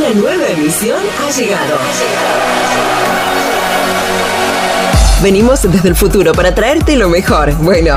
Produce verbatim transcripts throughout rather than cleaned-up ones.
Una nueva emisión ha llegado. Venimos desde el futuro para traerte lo mejor. Bueno,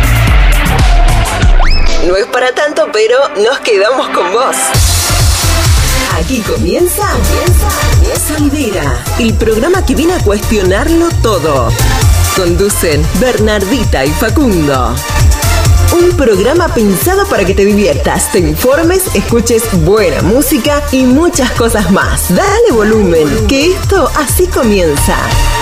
no es para tanto, pero nos quedamos con vos. Aquí comienza, comienza Salidera, el programa que viene a cuestionarlo todo. Conducen Bernardita y Facundo. Un programa pensado para que te diviertas, te informes, escuches buena música y muchas cosas más. Dale volumen, que esto así comienza.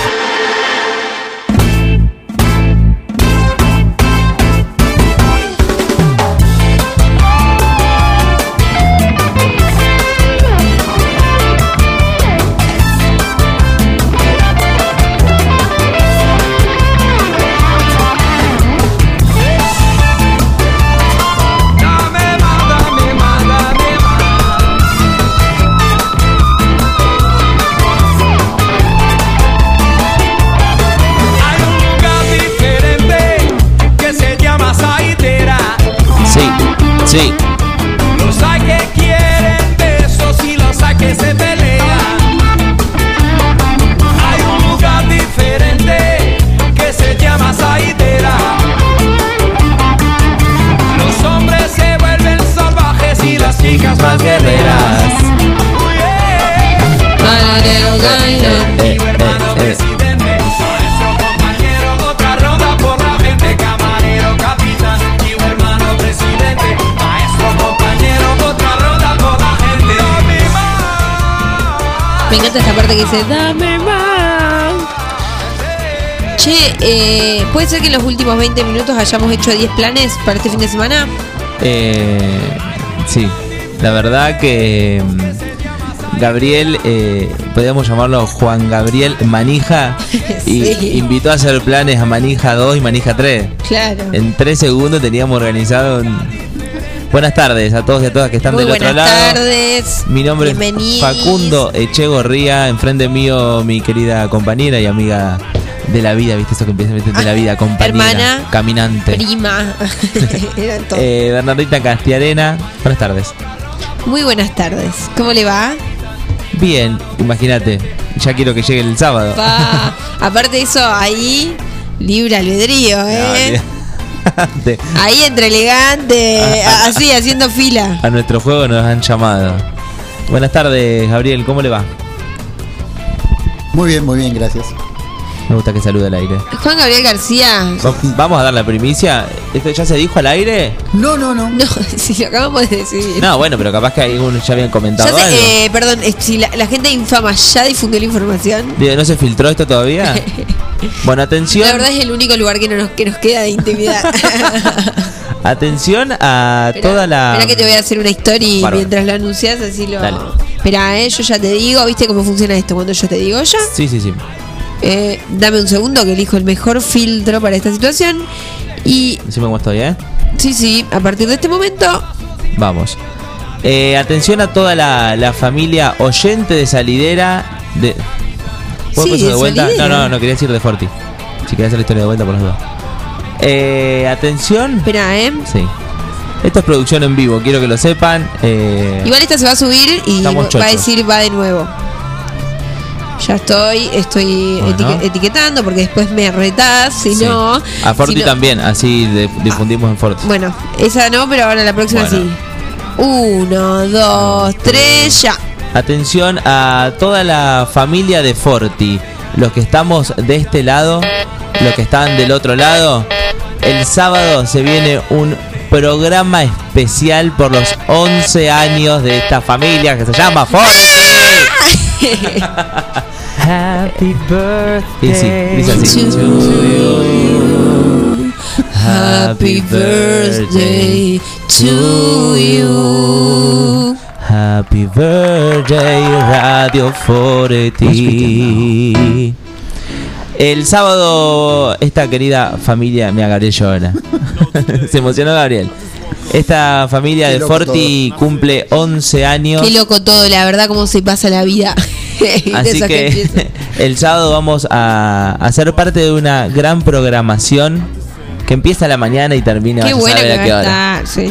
Sí. Los hay que quieren besos y los hay que se pelean. Hay un lugar diferente que se llama Saidera. Los hombres se vuelven salvajes y las chicas más guerreras. Mi hermano presidente, maestro compañero, otra ronda por la gente, camarero, capitán, mi hermano presidente. Me encanta esta parte que dice dame más. Che, eh, ¿puede ser que en los últimos veinte minutos hayamos hecho diez planes para este fin de semana? Eh, sí, la verdad que Gabriel, eh, podríamos llamarlo Juan Gabriel Manija, y Sí. invitó a hacer planes a Manija dos y Manija tres. Claro. En tres segundos teníamos organizado un... Buenas tardes a todos y a todas que están Muy del otro buenas lado. tardes. Mi nombre es Bienvenidos. Facundo Echegorría. Enfrente mío mi querida compañera y amiga de la vida, ¿viste eso que empieza de la vida? Compañera, Hermana, caminante. Prima. Eran todos. Eh, Bernardita Castiarena. Buenas tardes. Muy buenas tardes. ¿Cómo le va? Bien, imagínate. Ya quiero que llegue el sábado. Pa. Aparte de eso, ahí libre albedrío, ¿eh? No, Ahí entre elegante, así haciendo fila. a nuestro juego nos han llamado. Buenas tardes, Gabriel. ¿Cómo le va? Muy bien, muy bien, gracias. Me gusta que salude al aire. Juan Gabriel García. Va- Vamos a dar la primicia. ¿Esto ya se dijo al aire? No, no, no. No, si lo acabamos de decir. No, bueno, pero capaz que algunos ya habían comentado Ya sé, algo. eh, perdón, eh, si la, la gente infama ya difundió la información. Digo, ¿no se filtró esto todavía? Bueno, atención. La verdad es el único lugar que, no nos, que nos queda de intimidad. Atención a Espera, toda la... espera que te voy a hacer una historia Bárbaro. mientras lo anuncias, así lo... Dale. Espera, eh, yo ya te digo, ¿viste cómo funciona esto? Cuando yo te digo ya, Sí, sí, sí. eh, dame un segundo que elijo el mejor filtro para esta situación. Y Decime cómo estoy, ¿eh? sí, sí, a partir de este momento... Vamos. Eh, atención a toda la, la familia oyente de Salidera. De... ¿Puedo Sí, pasar de de vuelta? Salidera. No, no, no quería decir de Forti. Si quería hacer la historia de vuelta por las dos. Eh, atención. Espera, eh. Sí. Esto es producción en vivo, quiero que lo sepan. Eh, Igual esta se va a subir y Estamos va a chochos. decir va de nuevo. Ya estoy, estoy Bueno. etique- etiquetando porque después me retás, si sí. no... A Forti si no- también, así de- difundimos en Forti. Bueno, esa no, pero ahora la próxima Bueno. sí. Uno, dos, tres, ya. Atención a toda la familia de Forti. Los que estamos de este lado, los que están del otro lado. El sábado se viene un programa especial por los once años de esta familia que se llama Forti. Happy birthday. Y sí, dice así. To you. Happy birthday to you. Happy birthday Radio Forti. El sábado esta querida familia, mira, Gabriel llora. Se emocionó Gabriel. Esta familia Qué de loco Forti cumple once años. Qué loco todo, la verdad, cómo se pasa la vida. De Así esa que gente. el sábado vamos a hacer parte de una gran programación que empieza a la mañana y termina Qué vaya a bueno saber que a qué va a hora. estar, sí.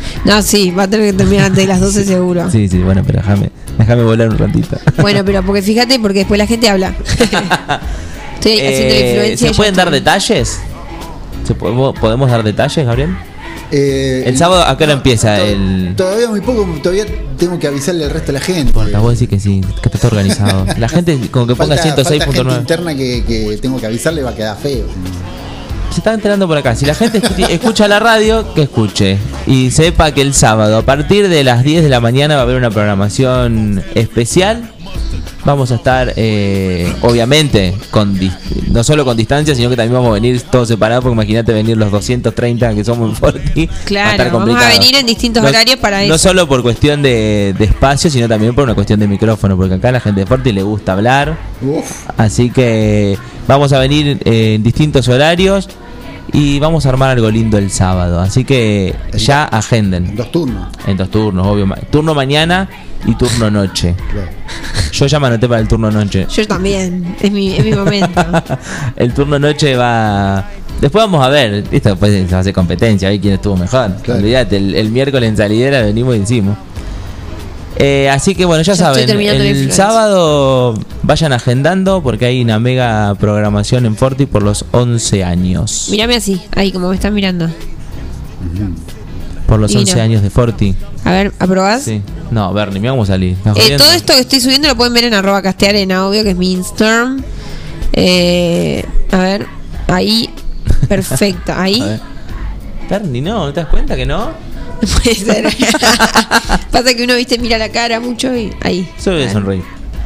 No, sí, va a tener que terminar antes de las doce seguro. Sí, sí, bueno, pero déjame, déjame volar un ratito. Bueno, pero porque fíjate, porque después la gente habla. Estoy haciendo la Eh, influencia. ¿Se y pueden ya dar está. detalles? ¿Se po- ¿Podemos dar detalles, Gabriel? Eh, El sábado, ¿a qué hora no, empieza to- el...? Todavía muy poco, todavía tengo que avisarle al resto de la gente. Importa, vos decís que sí, que está todo organizado. La gente como que ponga Falta- ciento seis falta punto nueve. gente interna que, que tengo que avisarle, va a quedar feo. Se está enterando por acá. Si la gente escu- escucha la radio, que escuche. Y sepa que el sábado, a partir de las diez de la mañana, va a haber una programación especial. Vamos a estar, eh, obviamente, con dis- no solo con distancia, sino que también vamos a venir todos separados. Porque imagínate venir los doscientos treinta que somos en Forti. Claro, va a estar vamos a complicado. venir en distintos No- horarios para No eso. solo por cuestión de, de espacio, sino también por una cuestión de micrófono. Porque acá a la gente de Forti le gusta hablar. Uf, Así que vamos a venir eh, en distintos horarios y vamos a armar algo lindo el sábado. Así que ya agenden. dos turnos. En dos turnos, obvio. Ma- Turno mañana y turno noche. Claro. Yo ya me anoté para el turno noche. Yo también, es mi, es mi momento. El turno noche va... Después vamos a ver. Esto después se va a hacer competencia. A ver quién estuvo mejor. Claro. Olvídate, el, el miércoles en Salidera venimos y decimos. Eh, así que bueno, ya, Ya estoy saben, terminando la el influencia. sábado vayan agendando porque hay una mega programación en Forti por los once años. Mírame así, ahí como me están mirando. Por los Divino. once años de Forti. A ver, ¿aprobás? Sí. No, Bernie, mira cómo salí. ¿Estás Eh, jodiendo? todo esto que estoy subiendo lo pueden ver en arroba castearena, obvio que es mi Instagram. Eh, a ver, ahí, perfecto, ahí. A ver. Bernie, no, ¿no te das cuenta que no? Puede ser. Pasa que uno, viste, mira la cara mucho y ahí. Solo A de ver. sonreír.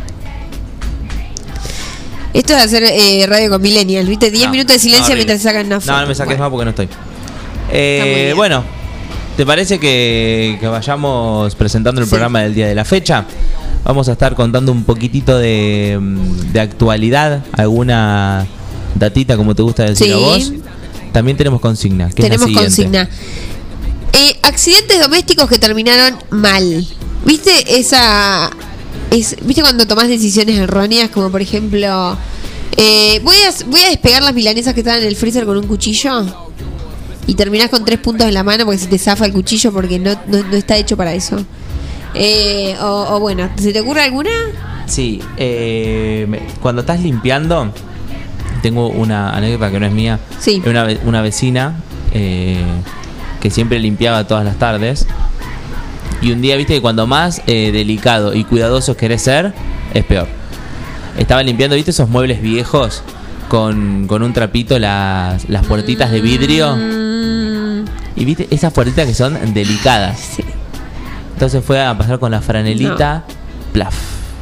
Esto es hacer eh, radio con millennials, viste, diez No, minutos de silencio no, horrible. mientras sacan una foto. No, no me saques Bueno. más porque no estoy. Está muy Eh, bien. bueno, ¿te parece que, que vayamos presentando el Sí. programa del día de la fecha? Vamos a estar contando un poquitito de, mm, de actualidad, alguna datita como te gusta decir Sí. a vos. También tenemos consigna. Que Tenemos es la siguiente. consigna. Eh, accidentes domésticos que terminaron mal. ¿Viste esa... Es, ¿Viste cuando tomás decisiones erróneas? Como por ejemplo... eh, voy, a, voy a despegar las milanesas que estaban en el freezer con un cuchillo. Y terminás con tres puntos en la mano porque se te zafa el cuchillo porque no, no, no está hecho para eso. Eh, o, o bueno, ¿se te ocurre alguna? Sí, eh, me- cuando estás limpiando, tengo una anécdota que no es mía. Sí. Una, ve- una vecina eh, que siempre limpiaba todas las tardes. Y un día, viste que cuando más eh, delicado y cuidadoso querés ser, es peor. Estaba limpiando, viste, esos muebles viejos con, con un trapito, las, las puertitas de vidrio. Mm, Y viste, esas puertitas que son delicadas. sí. Entonces fue a pasar con la franelita, plaf.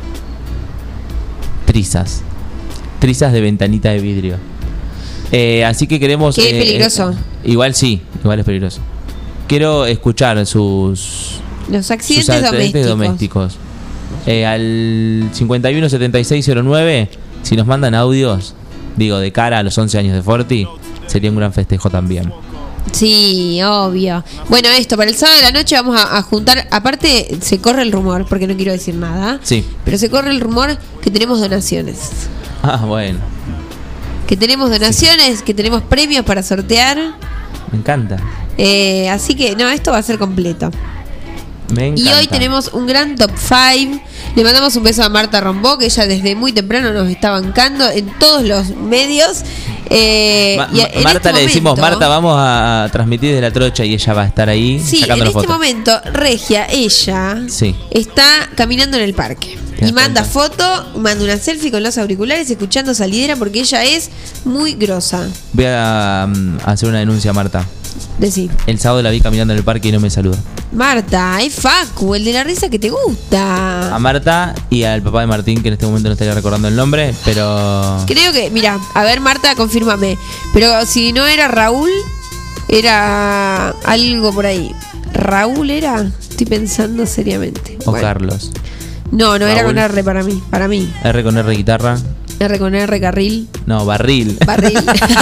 Trizas. Trizas de ventanita de vidrio. Eh, así que queremos... Qué eh, peligroso. eh, igual sí, igual es peligroso. Quiero escuchar sus, Los sus accidentes accidentes domésticos. domésticos. Eh, al cincuenta y uno setenta y seis cero nueve, si nos mandan audios, digo, de cara a los once años de Forti, sería un gran festejo también. Sí, obvio. Bueno, esto, para el sábado de la noche vamos a, a juntar, aparte se corre el rumor, porque no quiero decir nada, Sí. pero se corre el rumor que tenemos donaciones. Ah, bueno, Que tenemos donaciones, que tenemos premios para sortear. me encanta. Eh, así que, no, esto va a ser completo. Me encanta. Y hoy tenemos un gran top cinco. Le mandamos un beso a Marta Rombó, que ella desde muy temprano nos está bancando en todos los medios. Eh, Ma- y en Marta, este le decimos, momento- Marta, vamos a transmitir desde la trocha y ella va a estar ahí Sí, en sacando este las fotos. momento, Regia, ella, Sí. está caminando en el parque. Te das Y manda cuenta. foto, manda una selfie con los auriculares escuchando Salidera porque ella es muy grosa. Voy a, mm, hacer una denuncia a Marta. Decí, El sábado la vi caminando en el parque y no me saluda. Marta, es Facu, el de la risa que te gusta. A Marta y al papá de Martín, que en este momento no estaría recordando el nombre, pero... Creo que, mira, a ver Marta, confírmame. Pero si no era Raúl, era algo por ahí. ¿Raúl era? Estoy pensando seriamente. O Bueno. Carlos. No, no era Raúl. con R para mí. Para mí. R con R guitarra. R con R carril. No, barril. Barril.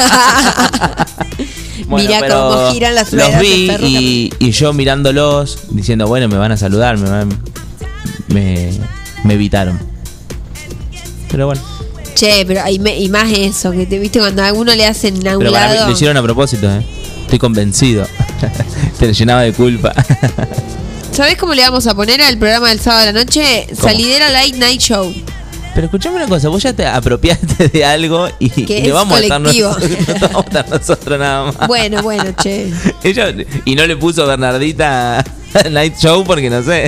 Bueno, Mira pero cómo giran las ruedas Los vi del ferrocarril. y, y yo mirándolos, diciendo, bueno, me van a saludar, me van- me, me evitaron. Pero bueno. Che, pero hay me- y más eso, que te viste cuando a uno le hacen a un Pero para mí lado. lo hicieron a propósito, ¿eh? Estoy convencido. Te Se le llenaba de culpa. ¿Sabés cómo le vamos a poner al programa del sábado a la noche? ¿Cómo? Salidera Late Night Show. Pero escuchame una cosa, vos ya te apropiaste de algo y, Que y le es vamos a estar colectivo. nosotros, no te vamos a estar nosotros nada más. Bueno, bueno, che. Ella, y no le puso Bernardita Night Show porque no sé.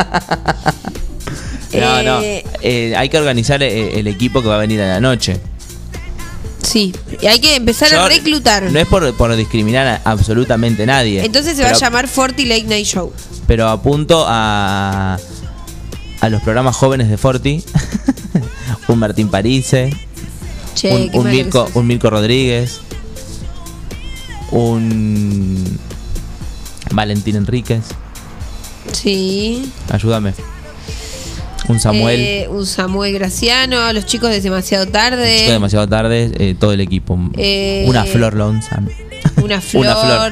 No, no. Eh, Eh, hay que organizar eh, el equipo que va a venir a la noche. Sí, y hay que empezar Yo- a reclutar. No es por, por discriminar a absolutamente nadie. Entonces se pero, va a llamar Forti Late Night Show. Pero apunto a, a los programas jóvenes de Forti. Un Martín Parise. Che, un, qué un, malo Mirko, que sos. un Mirko Rodríguez. Un Valentín Enríquez. Sí. Ayúdame. Un Samuel. Eh, un Samuel Graciano, los chicos de Demasiado Tarde. Chico demasiado tarde. eh, todo el equipo. Eh, Una Flor Lonzan. Una flor. Una flor.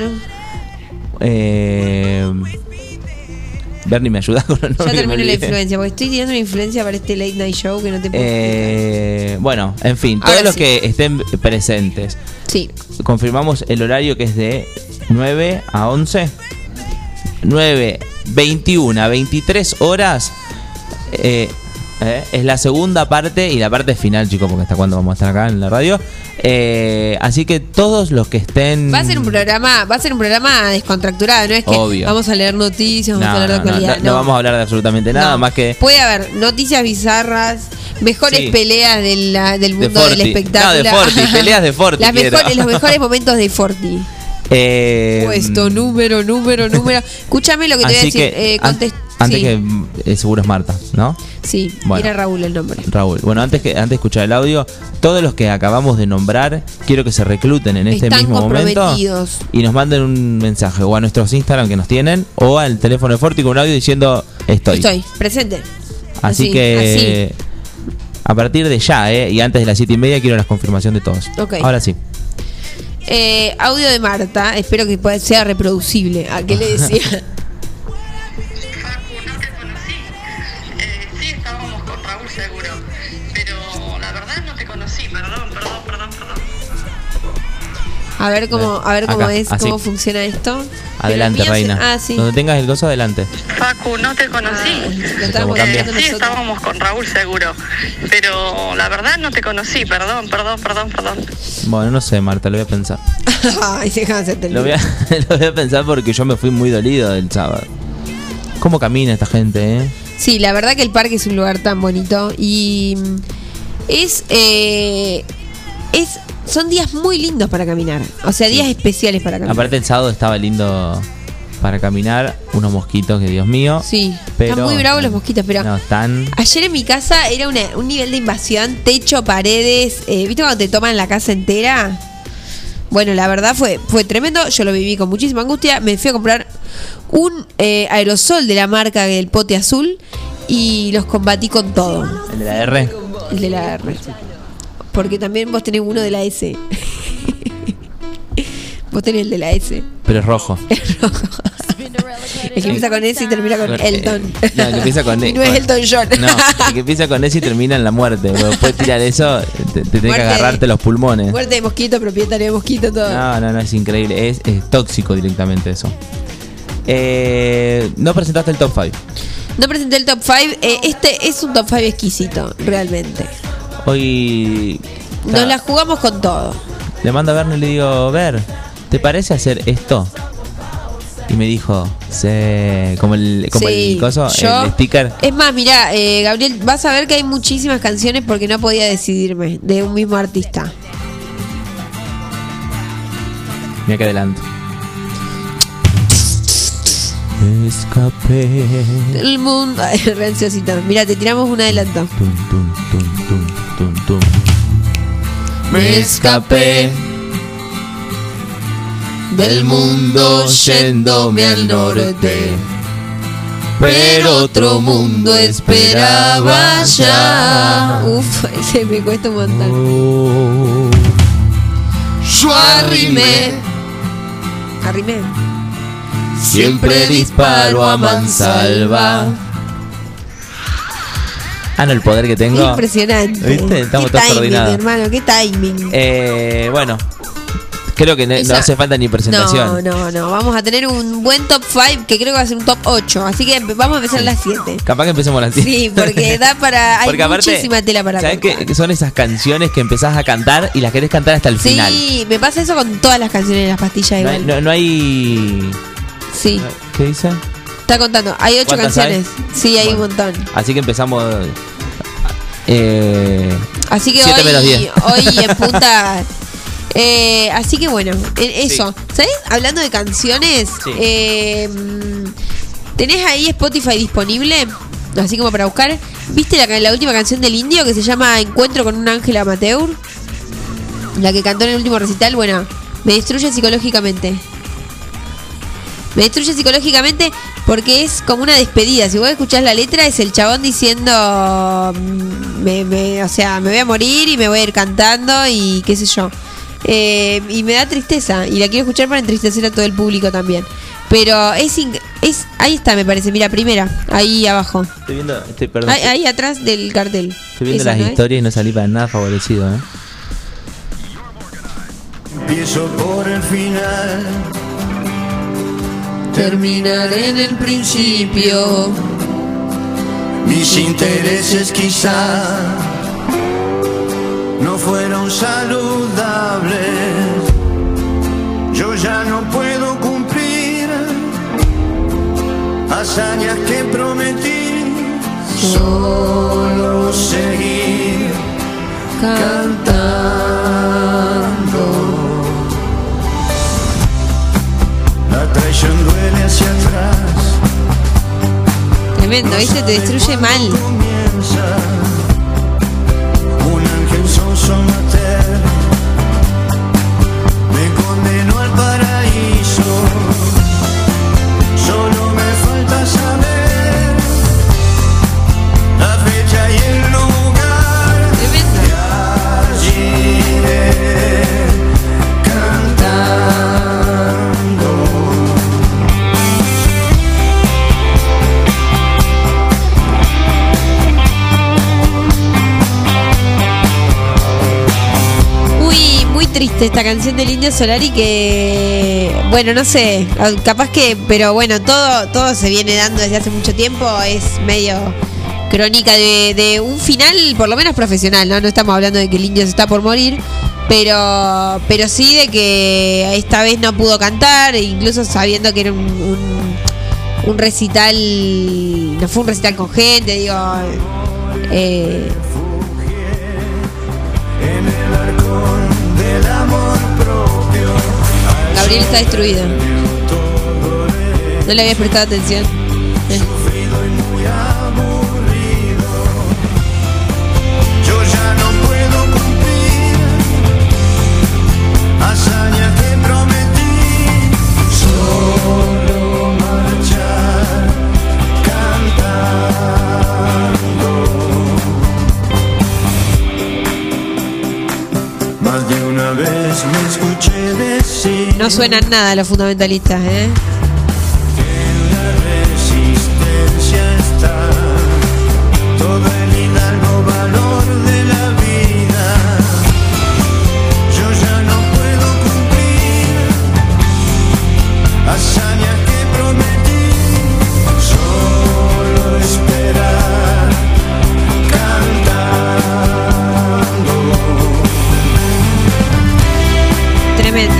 Eh, Bernie, ¿me ayuda con los Ya nombres? Me termino la olvidé. influencia, porque estoy tirando una influencia para este Late Night Show que no te puedo Eh, bueno, en fin, Ahora todos los sí. que estén presentes. Sí. Confirmamos el horario que es de nueve a once. nueve, veintiuno a veintitrés horas. Eh, eh, es la segunda parte y la parte final, chicos, porque hasta cuándo vamos a estar acá en la radio. Eh, así que todos los que estén. Va a ser un programa, va a ser un programa descontracturado, no es que Obvio. vamos a leer noticias, vamos No, a hablar de no, no, actualidad. no, no vamos a hablar de absolutamente nada No. más que. Puede haber noticias bizarras, mejores Sí. peleas de la- del mundo Forti. del espectáculo. No, de Forti, peleas de Forti Las quiero. mejores, los mejores momentos de Forti. Eh, Puesto, número, número, número. Escúchame lo que te voy a así decir. que eh, an- contest- antes sí, que eh, seguro es Marta, ¿no? sí, Bueno. era Raúl el nombre. Raúl. Bueno, antes que antes de escuchar el audio, todos los que acabamos de nombrar, quiero que se recluten en este Están mismo momento comprometidos. y nos manden un mensaje o a nuestros Instagram que nos tienen o al teléfono de Forti con un audio diciendo estoy. Estoy, presente. Así, que a partir de ya, ¿eh? Y antes de las siete y media quiero la confirmación de todos. Ok. Ahora sí. Eh, audio de Marta, espero que pueda- sea reproducible. ¿A qué le decía? Facu, no te conocí. Eh, sí, estábamos con Raúl seguro. Pero la verdad no te conocí. Perdón, perdón, perdón, perdón. A ver cómo, a ver cómo Acá, es, así. cómo funciona esto. Adelante, Pero el mío reina. se- Ah, sí. Donde tengas el gozo, adelante. Facu, no te conocí. Lo estábamos cambia? haciendo Sí, nosotros. estábamos con Raúl seguro. Pero la verdad no te conocí. Perdón, perdón, perdón, perdón. Bueno, no sé, Marta, lo voy a pensar. Ay, déjame hacerte el Lo voy a, lo voy a pensar porque yo me fui muy dolido del sábado. ¿Cómo camina esta gente, eh? Sí, la verdad que el parque es un lugar tan bonito y mm, es eh, es son días muy lindos para caminar, o sea, días especiales para caminar. Aparte el sábado estaba lindo para caminar, unos mosquitos que Dios mío. Sí, pero- están muy bravos los mosquitos, pero No, están... ayer en mi casa era una- un nivel de invasión, techo, paredes, eh, ¿viste cuando te toman la casa entera? Bueno, la verdad fue fue tremendo, yo lo viví con muchísima angustia, me fui a comprar un eh, aerosol de la marca del pote azul y los combatí con todo. El de la R. El de la R. Porque también vos tenés uno de la S. Vos tenés el de la S. Pero es rojo. Es rojo. El que empieza con S y termina con Eh, Elton. No, el que empieza con Y no es con- Elton John. No, el que empieza con S y termina en la muerte. Después tirar eso, te, te tenés que Muerte- agarrarte los pulmones. Muerte de mosquito, propietario de mosquito, todo. No, no, no, es increíble. Es, es tóxico directamente eso. Eh, no presentaste el top cinco. No presenté el top cinco. Eh, este es un top cinco exquisito, realmente. Hoy Nos ta, la jugamos con todo. le mando a Verne y le digo, Ver, ¿te parece hacer esto? Y me dijo, sí, como el, como Sí, el coso, yo- el sticker. Es más, mira, eh, Gabriel, vas a ver que hay muchísimas canciones porque no podía decidirme de un mismo artista. Mira que adelanto. Escapé. El mundo. Ay, re ansiosito. Mira, te tiramos un adelanto. Tum, tum, tum, tum, tum, tum. Me escapé del mundo yéndome al norte, pero otro mundo esperaba ya. Uf, ese me cuesta un montón. Oh, yo arrimé, Arrimé. siempre disparo a mansalva. Ah, no, el poder que tengo. Impresionante. ¿Viste? Estamos qué todos timing, coordinados. hermano, qué timing. Eh, bueno, Creo que no, no Esa- hace falta ni presentación. No, no, no. Vamos a tener un buen top cinco que creo que va a ser un top ocho. Así que empe- vamos a empezar a las siete. Capaz que empecemos a las diez. Sí, porque da para. Hay Porque aparte, muchísima tela para ¿sabes cortar. qué? Son esas canciones que empezás a cantar y las querés cantar hasta el Sí, final. me pasa eso con todas las canciones de las pastillas No hay, igual. no- no hay- Sí, ¿Qué dice? está contando. Hay ocho ¿Cuántas canciones. Sí, hay Bueno. un montón. Así que empezamos. Eh, Así que siete hoy, menos diez. hoy en punta. Eh, así que bueno, eh, eso. ¿Sabes? Hablando de canciones, Sí. eh, mm, ¿tenés ahí Spotify disponible? Así como para buscar. ¿Viste la, la última canción del Indio que se llama Encuentro con un ángel amateur? La que cantó en el último recital. Bueno, me destruye psicológicamente. Me destruye psicológicamente porque es como una despedida. Si vos escuchás la letra, es el chabón diciendo, mm, me, me- o sea, me voy a morir y me voy a ir cantando y qué sé yo. Eh, y me da tristeza y la quiero escuchar para entristecer a todo el público también. Pero es, in- es ahí está, me parece. Mira, primera, ahí abajo. Estoy viendo, estoy, perdón, Ahí, ahí atrás del cartel. estoy viendo Esa, las ¿no es? historias y no salí para nada favorecido, ¿eh? Empiezo por el final. Terminar en el principio. Mis intereses quizá no fueron saludables. Yo ya no puedo cumplir hazañas que prometí. Solo seguir cantando. La traición duele hacia atrás. Tremendo, ¿viste? Te destruye mal. Comienza un ángel sonsonater, me condenó al paraíso. Solo me falta saber la fecha y el lugar. Tremendo. Y allí iré cantando. Muy, muy triste esta canción del Indio Solari que, bueno, no sé, capaz que, pero bueno, todo, todo se viene dando desde hace mucho tiempo, es medio crónica de, de un final, por lo menos profesional, ¿no? No estamos hablando de que el Indio se está por morir, pero, pero sí de que esta vez no pudo cantar, e incluso sabiendo que era un, un, un recital, no fue un recital con gente, digo, eh, En el arcón del amor propio. Gabriel está destruido. No le habías prestado atención. Eh. Sufrido y muy aburrido. Yo ya no puedo cumplir hazañas que prometí. Solo marchar cantando. Más de una vez me escuché decir. No suenan nada los fundamentalistas, ¿eh? La resistencia está, todo el hidalgo valor de la vida. Yo ya no puedo cumplir hazañas que prometí. Solo esperar cantando. Tremenda.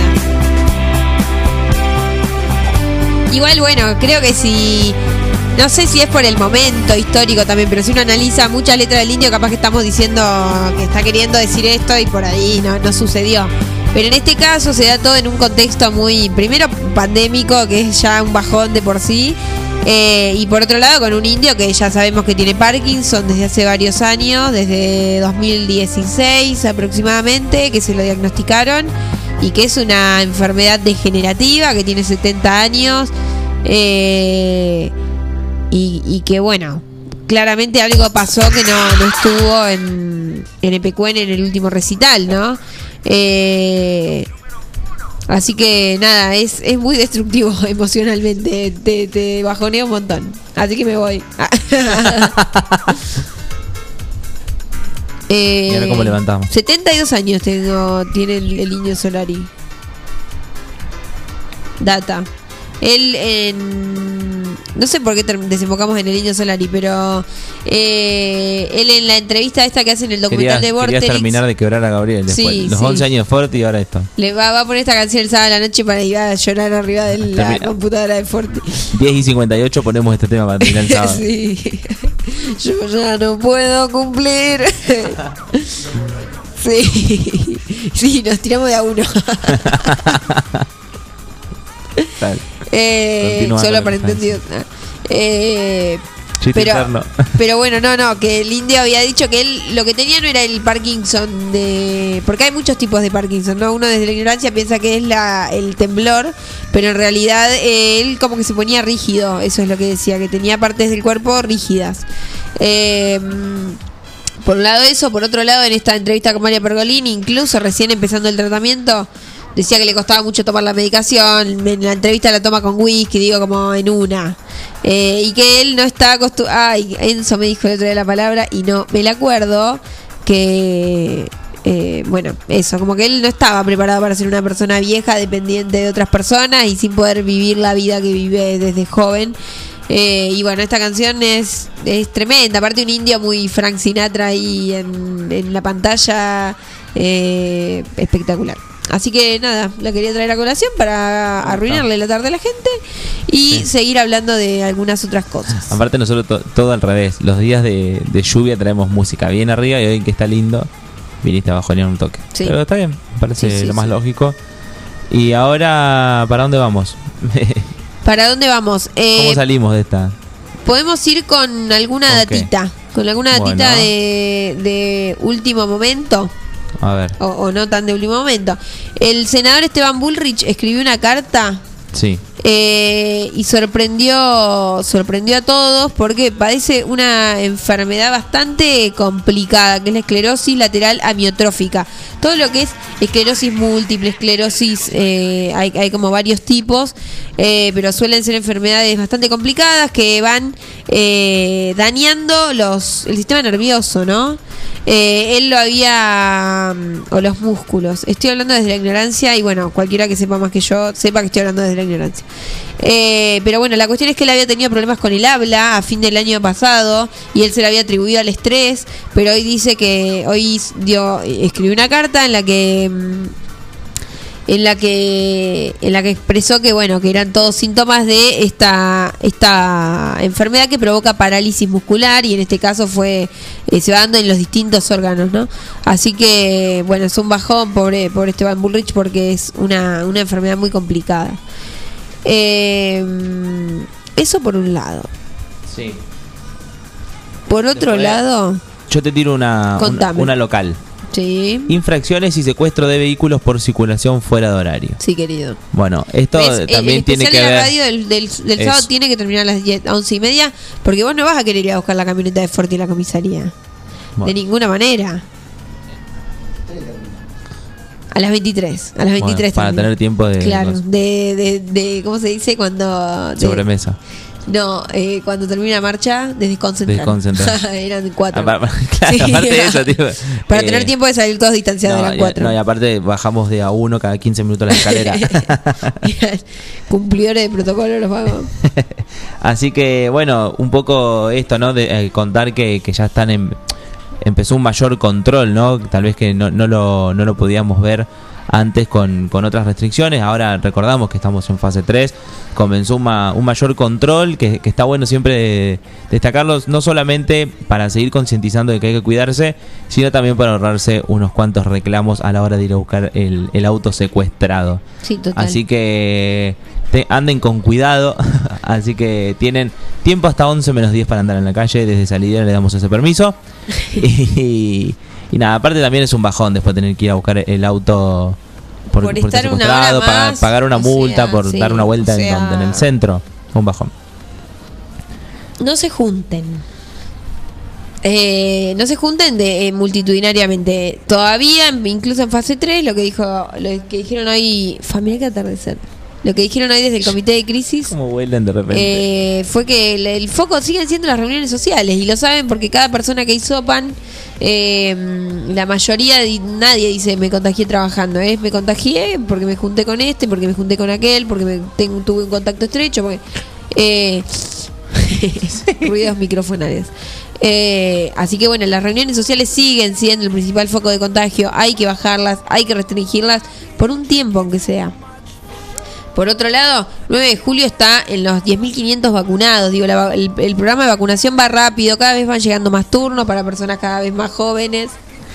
Igual, bueno, creo que si. No sé si es por el momento histórico también, pero si uno analiza muchas letras del Indio, capaz que estamos diciendo que está queriendo decir esto y por ahí no, no sucedió. Pero en este caso se da todo en un contexto muy, primero pandémico, que es ya un bajón de por sí, eh, y por otro lado con un indio que ya sabemos que tiene Parkinson desde hace varios años, desde dos mil dieciséis aproximadamente, que se lo diagnosticaron, y que es una enfermedad degenerativa, que tiene setenta años, eh, y, y que bueno, claramente algo pasó que no, no estuvo en, en Epecuén en el último recital, ¿no? Eh, así que nada, es, es muy destructivo emocionalmente, te, te bajonea un montón, así que me voy. eh, Y ahora cómo levantamos. setenta y dos años tengo, tiene el, el Indio Solari. data. Él en... No sé por qué term- desembocamos en el Indio Solari, pero eh, él en la entrevista esta que hace en el documental Querías, de querías Vorterix, terminar de quebrar a Gabriel después. Sí, Los sí. once años de Forti y ahora esto. le va, va a poner esta canción el sábado a la noche para ir a llorar arriba de la Termina. computadora de Forti. diez y cincuenta y ocho ponemos este tema para terminar el sábado. Sí. Yo ya no puedo cumplir. Sí. Sí, nos tiramos de a uno. Dale. Eh, Continúa solo con para el entendido. Eh, Chiste pero, interno. pero bueno, no, no, que el indio había dicho que él lo que tenía no era el Parkinson de... Porque hay muchos tipos de Parkinson, ¿no? Uno desde la ignorancia piensa que es la, el temblor, pero en realidad eh, él como que se ponía rígido, eso es lo que decía, que tenía partes del cuerpo rígidas. Eh, por un lado eso, por otro lado en esta entrevista con María Pergolini, incluso recién empezando el tratamiento, decía que le costaba mucho tomar la medicación. En la entrevista la toma con whisky, digo, como en una. Eh, y que él no está acostumbrado. Ay, Enzo me dijo el otro día la palabra y no me la acuerdo. Que, eh, bueno, eso, como que él no estaba preparado para ser una persona vieja, dependiente de otras personas y sin poder vivir la vida que vive desde joven. Eh, y bueno, esta canción es, es tremenda. Aparte, un indio muy Frank Sinatra ahí en, en la pantalla. Eh, espectacular. Así que nada, la quería traer a colación para arruinarle la tarde a la gente y Sí. seguir hablando de algunas otras cosas. Aparte nosotros to- todo al revés. Los días de, de lluvia traemos música bien arriba y hoy que está lindo viniste a bajonear un toque. Sí. Pero está bien, me parece Sí, sí, lo más sí. lógico. Y ahora, ¿para dónde vamos? ¿Para dónde vamos? Eh, ¿Cómo salimos de esta? podemos ir con alguna ¿Con qué? datita, con alguna datita Bueno. de, de último momento. A ver, O, o no tan de último momento. El senador Esteban Bullrich escribió una carta sí. eh, y sorprendió sorprendió a todos porque padece una enfermedad bastante complicada, que es la esclerosis lateral amiotrófica. Todo lo que es esclerosis múltiple, esclerosis, eh, hay, hay como varios tipos, eh, pero suelen ser enfermedades bastante complicadas que van eh, dañando los el sistema nervioso, ¿no? Eh, él lo había... o los músculos. Estoy hablando desde la ignorancia y bueno, cualquiera que sepa más que yo, sepa que estoy hablando desde la ignorancia. Eh, pero bueno, la cuestión es que él había tenido problemas con el habla a fin del año pasado y él se lo había atribuido al estrés, pero hoy dice que... Hoy dio escribió una carta en la que... en la que en la que expresó que bueno que eran todos síntomas de esta esta enfermedad que provoca parálisis muscular y en este caso fue eh, se va dando en los distintos órganos, ¿no? Así que bueno, es un bajón pobre pobre Esteban Bullrich porque es una, una enfermedad muy complicada. Eh, eso por un lado. Sí. Por otro Después- lado, Yo te tiro una, una, Contame. una local. sí, Infracciones y secuestro de vehículos por circulación fuera de horario. sí querido. Bueno, esto ¿Ves? El- también el tiene especial que de la ver... radio del, del, del Eso. sábado tiene que terminar a las diez, a once y media, porque vos no vas a querer ir a buscar la camioneta de Forti y la comisaría. Bueno. De ninguna manera. A las veintitrés. A las Bueno, veintitrés. para termina. tener tiempo de... Claro, cosas. de, de, de. ¿Cómo se dice? Cuando. de- Sobremesa. No, eh, cuando termina la marcha, de desconcentrar. Desconcentrar. Eran cuatro. Apar- claro, Sí. aparte de eso, tío. Para eh, tener tiempo de salir todos distanciados, no, eran y- cuatro. no, y aparte bajamos de a uno cada quince minutos la escalera. Cumplidores de protocolo los vagos. Así que, bueno, un poco esto, ¿no? De eh, contar que, que ya están en... Empezó un mayor control, ¿no? Tal vez que no, no, lo, no lo podíamos ver antes con, con otras restricciones. Ahora recordamos que estamos en fase tres. Comenzó un, ma- un mayor control que, que está bueno siempre de- destacarlos, no solamente para seguir concientizando de que hay que cuidarse, sino también para ahorrarse unos cuantos reclamos a la hora de ir a buscar el, el auto secuestrado. Sí, total. Así que te- anden con cuidado. Así que tienen tiempo hasta once menos diez para andar en la calle. Desde salida le damos ese permiso. y, y nada, aparte también es un bajón después tener que ir a buscar el auto por, Por por estar estar una secuestrado, hora pagar, más, pagar una o multa sea, por sí, dar una vuelta o en, sea- donde- en el centro. Un bajón. No se junten. Eh, no se junten de, eh, multitudinariamente. Todavía, en- incluso en fase tres, lo que dijo, lo que dijeron hoy, familia que atardecer. lo que dijeron hoy desde el comité de crisis ¿Cómo vuelan de repente? eh, fue que el, el foco siguen siendo las reuniones sociales y lo saben porque cada persona que hisopan, eh, la mayoría, di- nadie dice me contagié trabajando, es me contagié porque me junté con este, porque me junté con aquel, porque me tengo, tuve un contacto estrecho, porque eh, ruidos microfonales. Eh, así que bueno, las reuniones sociales siguen siendo el principal foco de contagio, hay que bajarlas, hay que restringirlas por un tiempo aunque sea. Por otro lado, nueve de julio está en los diez mil quinientos vacunados. Digo, la va- el, el programa de vacunación va rápido, cada vez van llegando más turnos para personas cada vez más jóvenes.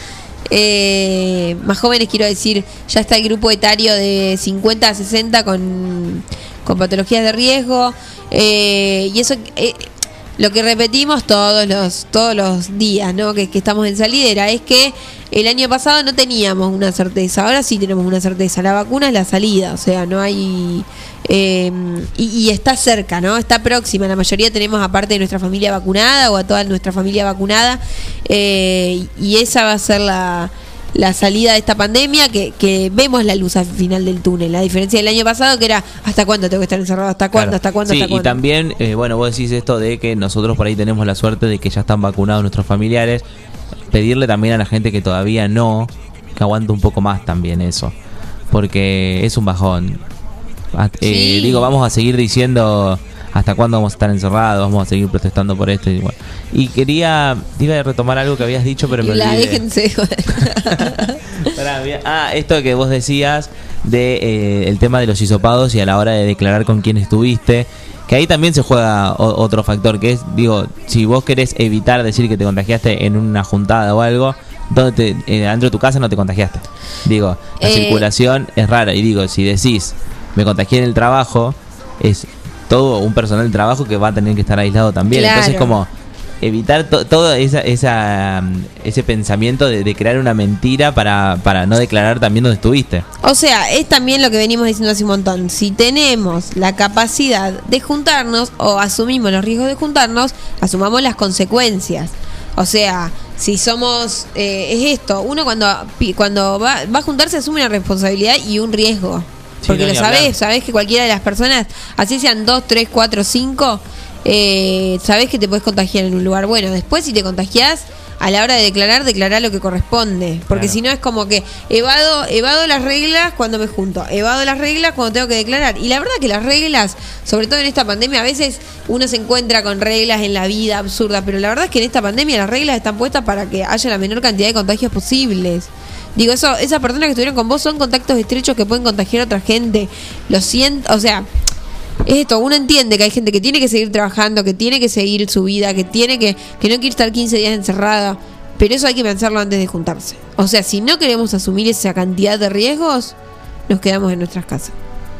Eh, más jóvenes quiero decir, ya está el grupo etario de cincuenta a sesenta con, con patologías de riesgo. Eh, y eso, eh, lo que repetimos todos los todos los días, ¿no? Que, que estamos en salidera, es que el año pasado no teníamos una certeza, ahora sí tenemos una certeza. La vacuna es la salida, o sea, no hay... Eh, y, y está cerca, ¿no? Está próxima. La mayoría tenemos aparte de nuestra familia vacunada o a toda nuestra familia vacunada. Eh, y esa va a ser la, la salida de esta pandemia, que, que vemos la luz al final del túnel. La diferencia del año pasado que era ¿hasta cuándo tengo que estar encerrado? ¿Hasta cuándo? Claro. ¿Hasta cuándo? Sí, ¿Hasta y cuándo? también, eh, bueno, vos decís esto de que nosotros por ahí tenemos la suerte de que ya están vacunados nuestros familiares. Pedirle también a la gente que todavía no, que aguante un poco más también eso, porque es un bajón. At- eh, Sí. Digo, vamos a seguir diciendo hasta cuándo vamos a estar encerrados, vamos a seguir protestando por esto. Y, bueno. y quería, iba a retomar algo que habías dicho, pero me La olvidé. déjense de joder. Pará, mira. Ah, esto que vos decías de eh, el tema de los hisopados y a la hora de declarar con quién estuviste, que ahí también se juega o- otro factor, que es, digo, si vos querés evitar decir que te contagiaste en una juntada o algo, donde te, eh, dentro de tu casa no te contagiaste. Digo, la Eh. circulación es rara. Y digo, si decís, me contagié en el trabajo, es todo un personal del trabajo que va a tener que estar aislado también. Claro. Entonces, como evitar to- todo esa, esa, mm, ese pensamiento de, de crear una mentira para, para no declarar también dónde estuviste. O sea, es también lo que venimos diciendo hace un montón. Si tenemos la capacidad de juntarnos o asumimos los riesgos de juntarnos, asumamos las consecuencias. O sea, si somos... eh, es esto, uno cuando pi- cuando va, va a juntarse asume una responsabilidad y un riesgo. Sí, Porque no, lo ni sabés, hablar. sabés que cualquiera de las personas, así sean dos, tres, cuatro, cinco, eh, sabés que te podés contagiar en un lugar. Bueno, después si te contagiás, a la hora de declarar, declará lo que corresponde. Porque Claro. si no es como que evado, evado las reglas cuando me junto, evado las reglas cuando tengo que declarar. Y la verdad que las reglas, sobre todo en esta pandemia, a veces uno se encuentra con reglas en la vida absurdas, pero la verdad es que en esta pandemia las reglas están puestas para que haya la menor cantidad de contagios posibles. Digo, eso, esas personas que estuvieron con vos son contactos estrechos que pueden contagiar a otra gente. Lo siento, o sea, es esto, uno entiende que hay gente que tiene que seguir trabajando, que tiene que seguir su vida, que tiene que, que no quiere estar quince días encerrada, pero eso hay que pensarlo antes de juntarse. O sea, si no queremos asumir esa cantidad de riesgos, nos quedamos en nuestras casas.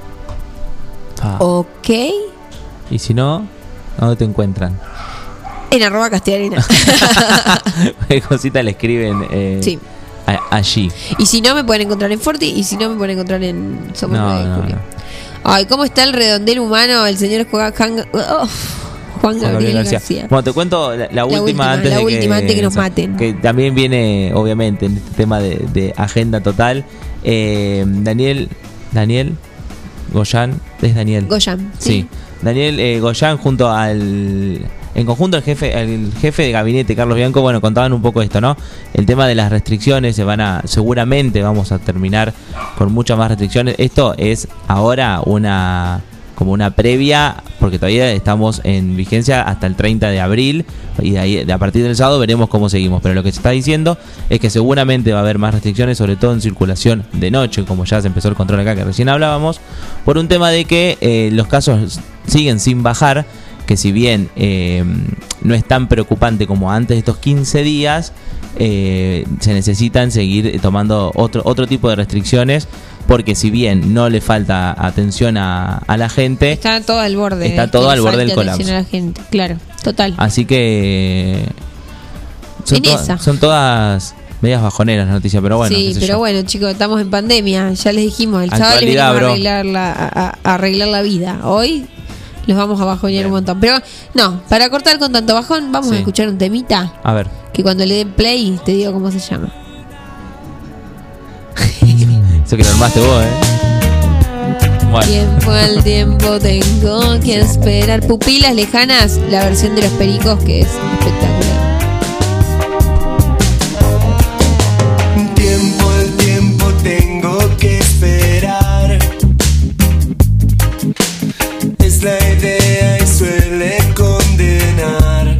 Ah. ¿Ok? Y si no, ¿dónde te encuentran? En arroba castellarena. ¿Qué cosita le escriben eh, Sí. a- allí? Y si no, me pueden encontrar en Forti, y si no, me pueden encontrar en Somos No, nueve de no, julio. no. Ay, ¿cómo está el redondel humano? El señor Juan, Juan- oh, Juan Gabriel García. Bueno, te cuento la, la última, última, antes la de última, que, antes que nos o sea, maten. que también viene, obviamente, en este tema de, de agenda total. Eh, Daniel, Daniel Goyan, es Daniel. Goyan, Sí. sí. Daniel eh, Goyan junto al... En conjunto al jefe, al jefe de gabinete, Carlos Bianco, bueno, contaban un poco esto, ¿no? El tema de las restricciones, se van a, seguramente vamos a terminar con muchas más restricciones. Esto es ahora una, como una previa, porque todavía estamos en vigencia hasta el treinta de abril, y de ahí, de a partir del sábado veremos cómo seguimos. Pero lo que se está diciendo es que seguramente va a haber más restricciones, sobre todo en circulación de noche, como ya se empezó el control acá que recién hablábamos, por un tema de que eh, los casos siguen sin bajar, que si bien eh, no es tan preocupante como antes de estos quince días, eh, se necesitan seguir tomando otro, otro tipo de restricciones, porque si bien no le falta atención a, a la gente, Está todo al borde. Está eh, todo que al le borde falte del atención colapso. a la gente. Claro, total. así que son, En todas- esa. son todas medias bajoneras las noticias, pero bueno. sí, qué sé pero yo. bueno, chicos, estamos en pandemia. Ya les dijimos, el sábado les venimos Actualidad, a bro. arreglar, la, a, a arreglar la vida. Hoy los vamos a bajonear un montón. Pero no, para cortar con tanto bajón, vamos Sí. a escuchar un temita A ver. que cuando le den play te digo cómo se llama. Eso que lo armaste vos, ¿eh? Bueno. Tiempo al tiempo tengo que esperar. Pupilas lejanas, la versión de los Pericos, que es espectacular. Tiempo al tiempo tengo que esperar. Es la idea y suele condenar.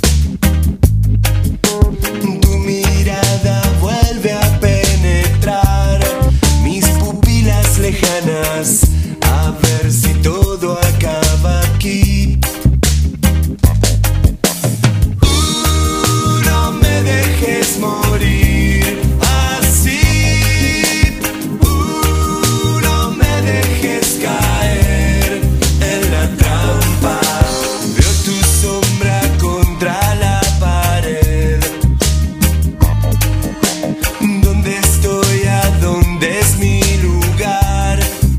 Tu mirada vuelve a penetrar mis pupilas lejanas. A ver si todo acaba aquí. Uh, no me dejes morir así. Uh, no me dejes caer en la trampa. Veo tu sombra contra la pared. ¿Dónde estoy? ¿A dónde es mi lugar?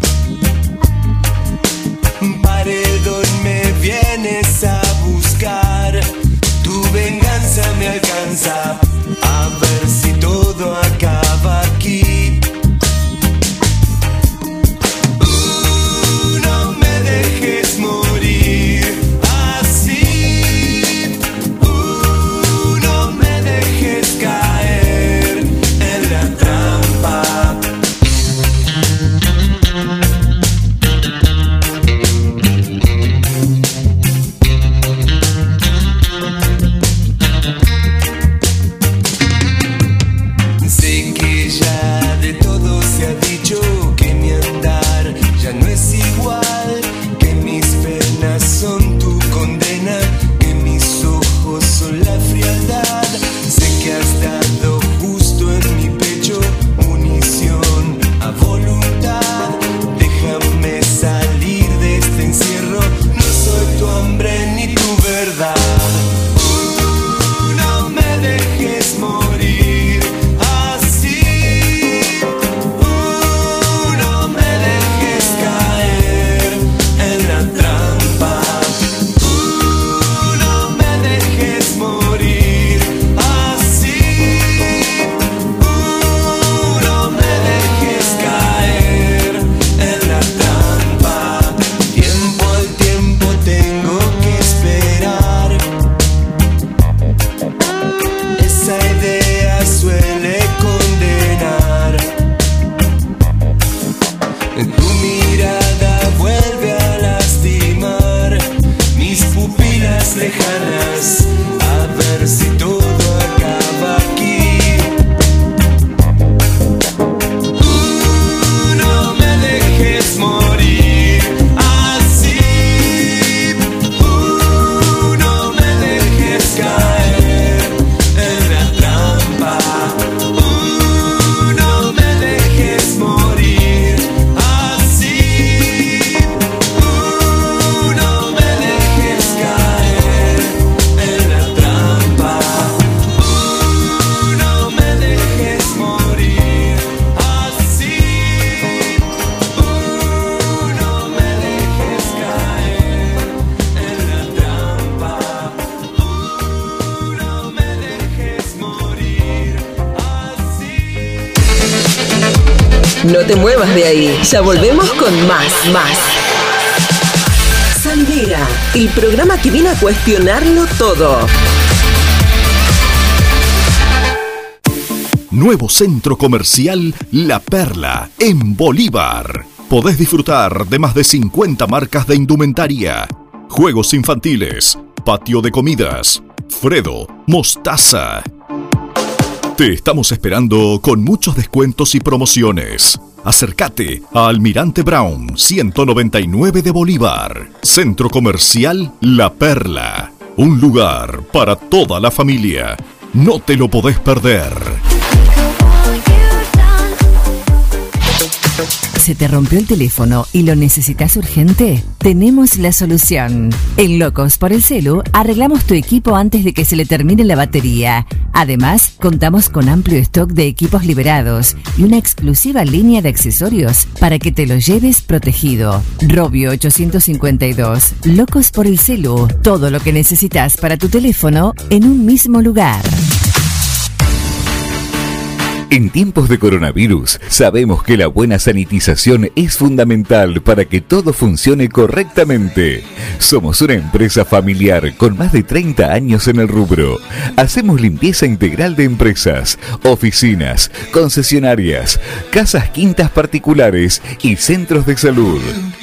Paredón, me vienes a buscar. Tu venganza me alcanza. A ver si todo acaba aquí. Uh, no me dejes morir así. Uh, no me dejes caer en la trampa. Sé que ya de todo se ha dicho, que mi andar ya no es igual, que mis penas son tu condena, que mis ojos son la frialdad. Sé que has dado justo en mi pecho munición a voluntad. Déjame salir de este encierro, no soy tu hambre ni tu verdad. Uh, no me dejes morir así. Uh, no me dejes caer en la trampa. Uh, no me dejes morir así. Uh, no me dejes caer en la trampa. Tiempo al tiempo tengo que esperar. Esa idea suele condenar. Tu mirada vuelve a lastimar mis pupilas lejanas. A ver si todo acaba aquí. Uh, no me dejes morir así. Uh, no me dejes caer en la trampa. Uh, no me dejes morir así. Uh, no me dejes caer en la trampa. Uh, no me dejes morir así. Uh, no me dejes caer en la trampa. Uh, no me dejes morir así. No te muevas de ahí, ya volvemos con más, más. Salidera, el programa que viene a cuestionarlo todo. Nuevo centro comercial La Perla, en Bolívar. Podés disfrutar de más de cincuenta marcas de indumentaria, juegos infantiles, patio de comidas, Fredo, Mostaza. Te estamos esperando con muchos descuentos y promociones. Acércate a Almirante Brown ciento noventa y nueve de Bolívar. Centro Comercial La Perla. Un lugar para toda la familia. No te lo podés perder. ¿Se te rompió el teléfono y lo necesitas urgente? Tenemos la solución. En Locos por el Celu arreglamos tu equipo antes de que se le termine la batería. Además, contamos con amplio stock de equipos liberados y una exclusiva línea de accesorios para que te lo lleves protegido. Robio ochocientos cincuenta y dos. Locos por el Celu. Todo lo que necesitas para tu teléfono en un mismo lugar. En tiempos de coronavirus, sabemos que la buena sanitización es fundamental para que todo funcione correctamente. Somos una empresa familiar con más de treinta años en el rubro. Hacemos limpieza integral de empresas, oficinas, concesionarias, casas quintas particulares y centros de salud.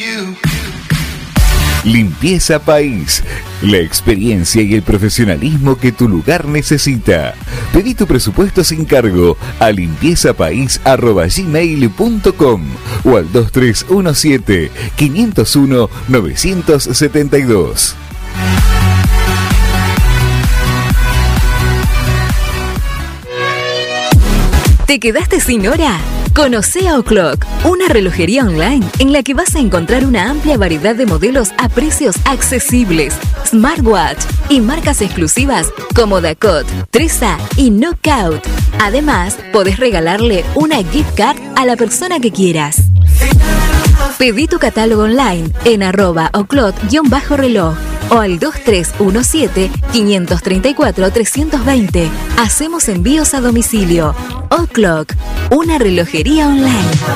Limpieza País, la experiencia y el profesionalismo que tu lugar necesita. Pedí tu presupuesto sin cargo a limpiezapais arroba gmail punto com o al dos tres uno siete, cinco cero uno, nueve siete dos. ¿Te quedaste sin hora? Conoce a O'Clock, una relojería online en la que vas a encontrar una amplia variedad de modelos a precios accesibles, smartwatch y marcas exclusivas como Dakot, Tresa y Knockout. Además, podés regalarle una gift card a la persona que quieras. Pedí tu catálogo online en arroba oclot-reloj o al dos tres uno siete, cinco tres cuatro, tres dos cero. Hacemos envíos a domicilio. O'Clock, una relojería online.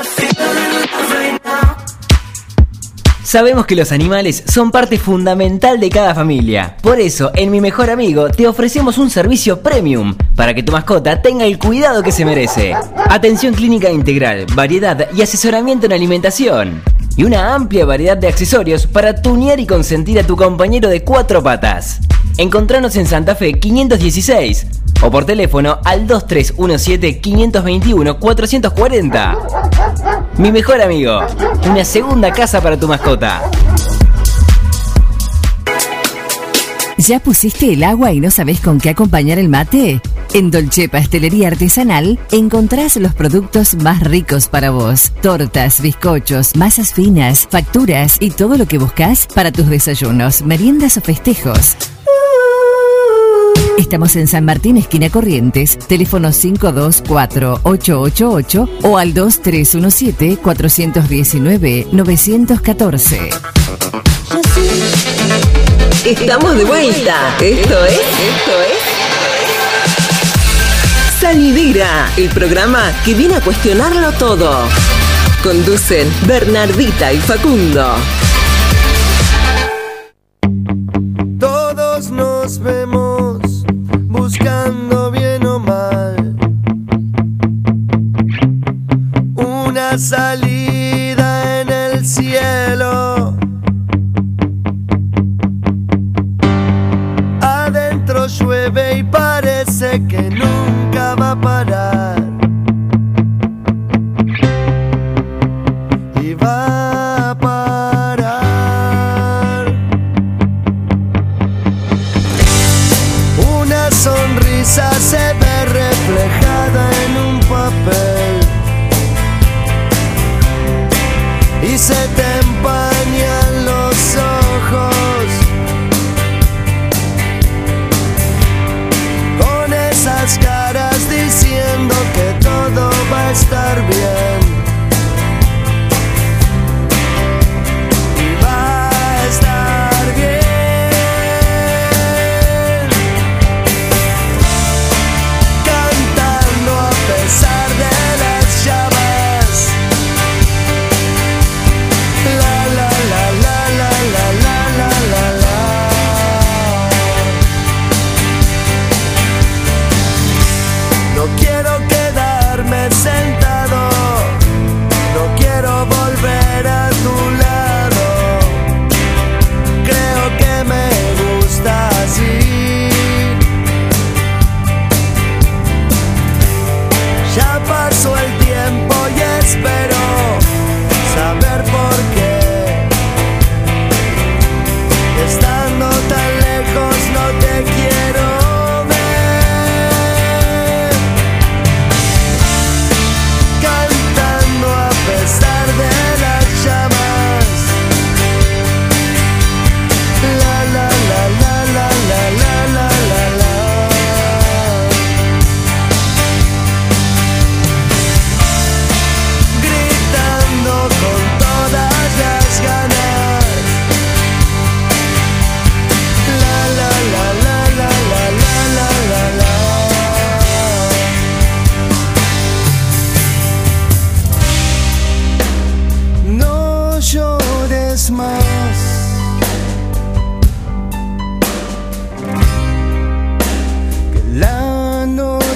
Sabemos que los animales son parte fundamental de cada familia. Por eso, en Mi Mejor Amigo te ofrecemos un servicio premium para que tu mascota tenga el cuidado que se merece. Atención clínica integral, variedad y asesoramiento en alimentación. Y una amplia variedad de accesorios para tunear y consentir a tu compañero de cuatro patas. Encontranos en Santa Fe quinientos dieciséis o por teléfono al dos tres uno siete, cinco dos uno, cuatro cuatro cero. Mi Mejor Amigo, una segunda casa para tu mascota. ¿Ya pusiste el agua y no sabés con qué acompañar el mate? En Dolce Pastelería Artesanal encontrás los productos más ricos para vos. Tortas, bizcochos, masas finas, facturas y todo lo que buscas para tus desayunos, meriendas o festejos. Estamos en San Martín, esquina Corrientes, teléfono cinco dos cuatro, ocho ocho ocho o al dos tres uno siete, cuatro uno nueve, nueve uno cuatro. Estamos de vuelta. Esto es, esto es Salidera, el programa que viene a cuestionarlo todo. Conducen Bernardita y Facundo. Todos nos vemos buscando bien o mal una salida en el cielo. Adentro llueve y parece que nunca va a parar. Y va a parar. Una sonrisa se ve reflejada en un papel y se te empañan los ojos con esas caras diciendo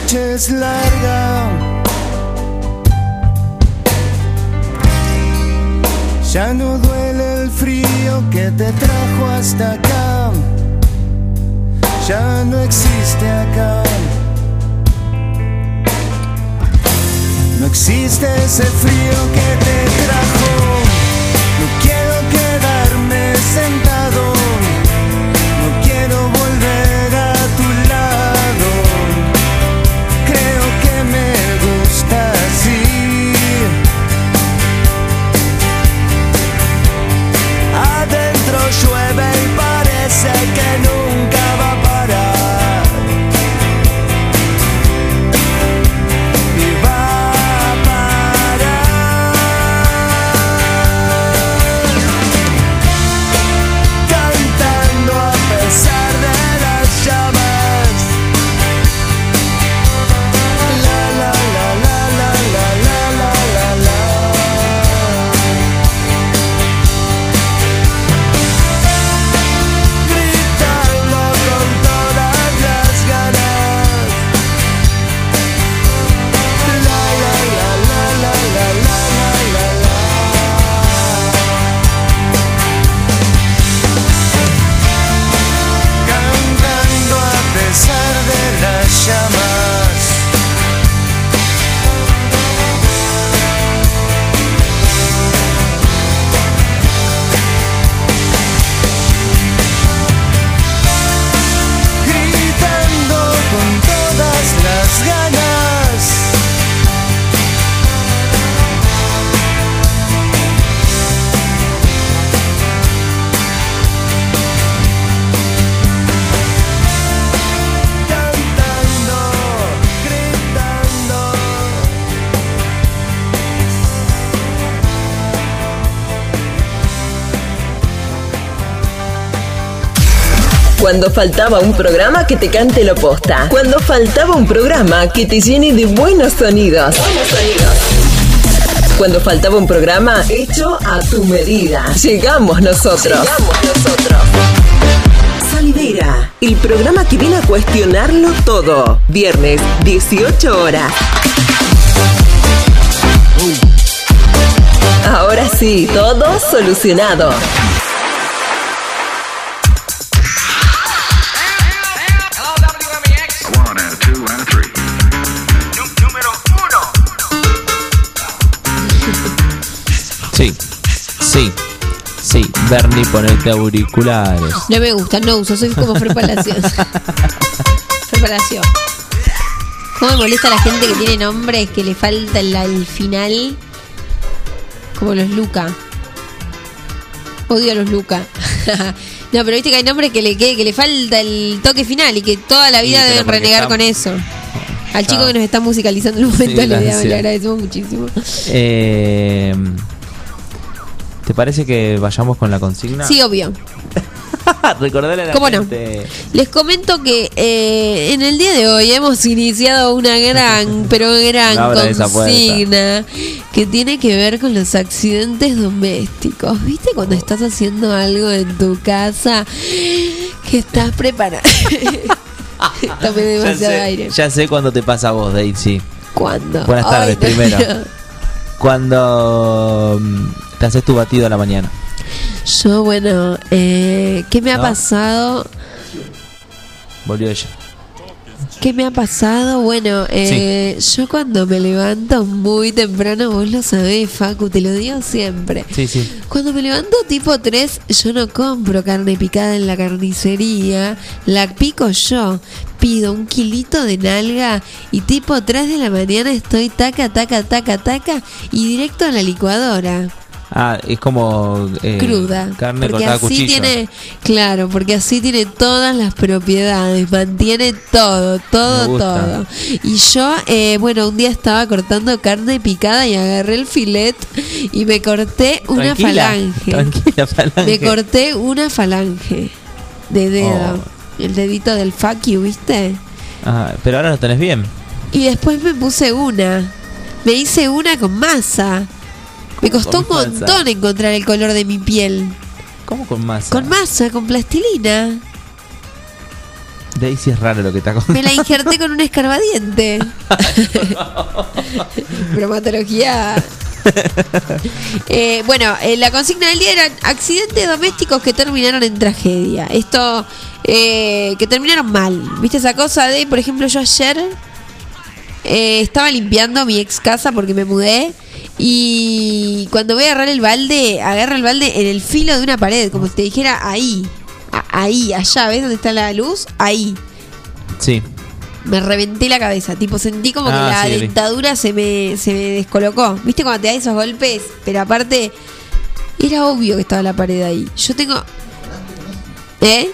noche es larga, ya no duele el frío que te trajo hasta acá, ya no existe acá. No existe ese frío que te trajo. No quiero quedarme sentado, no quiero volver a tu lado. Creo que me gusta así. Adentro llueve y parece que nunca va a parar. Y va Cuando faltaba un programa que te cante lo posta. Cuando faltaba un programa que te llene de buenos sonidos. Buenos sonidos. Cuando faltaba un programa hecho a tu medida. Llegamos nosotros. Llegamos nosotros. Salidera, el programa que viene a cuestionarlo todo. Viernes, dieciocho horas. Ahora sí, todo solucionado. Sí, sí, sí. Bernie, ponete auriculares. No me gusta, no uso, soy como Fred Palacios. Fred Palacios. ¿Cómo me molesta la gente que tiene nombres que le falta el, el final? Como los Luca. Odio a los Luca. No, pero viste que hay nombres que le, que, que le falta el toque final y que toda la vida Sí, deben renegar está- con eso. Al chico Ah. que nos está musicalizando en el momento Sí, le, gracias. le agradecemos muchísimo. Eh, ¿Te parece que vayamos con la consigna? Sí, obvio. Recordarle a la ¿Cómo no? gente. Les comento que eh, en el día de hoy hemos iniciado una gran, pero gran No abran esa consigna que tiene que ver con los accidentes domésticos. ¿Viste cuando estás haciendo algo en tu casa que estás preparado? Tomé Ya demasiado sé, aire. ya sé cuándo te pasa a vos, Daisy. ¿Cuándo? Buenas tardes, Ay, no, primero. no. Cuando mm, te haces tu batido a la mañana. Yo, bueno, eh, ¿qué me ha ¿No? pasado? Volvió ella. ¿Qué me ha pasado? Bueno, eh, yo cuando me levanto muy temprano, vos lo sabés, Facu, te lo digo siempre. Sí, sí. Cuando me levanto tipo tres, yo no compro carne picada en la carnicería, la pico yo. Pido un kilito de nalga y tipo tres de la mañana estoy taca, taca, taca, taca y directo a la licuadora. Ah, es como eh, Cruda. carne Porque cortada a así cuchillo. tiene, claro, porque así tiene todas las propiedades, mantiene todo, Me todo, gusta. todo. Y yo, eh, bueno, un día estaba cortando carne picada y agarré el filet y me corté una Tranquila, falange. Tranquila, falange. Me corté una falange de dedo. Oh. El dedito del fuck you, ¿viste? Ajá, pero ahora lo tenés bien. Y después me puse una. Me hice una con masa. Me costó un con masa? montón encontrar el color de mi piel. ¿Cómo con masa? Con masa, con plastilina. Daisy es raro lo que está con. Me la injerté con un escarbadiente. Bromatología. Eh, bueno, eh, la consigna del día eran accidentes domésticos que terminaron en tragedia. Esto, eh, que terminaron mal. ¿Viste esa cosa de, por ejemplo, yo ayer eh, estaba limpiando mi ex casa porque me mudé? Y cuando voy a agarrar el balde, agarro el balde en el filo de una pared, como si te dijera ahí, a- ahí, allá, ¿ves dónde está la luz? Ahí. Sí. Me reventé la cabeza, tipo sentí como Ah, que la sí, vi. dentadura se me, se me descolocó. ¿Viste cuando te da esos golpes? Pero aparte, era obvio que estaba la pared ahí. Yo tengo... ¿Eh?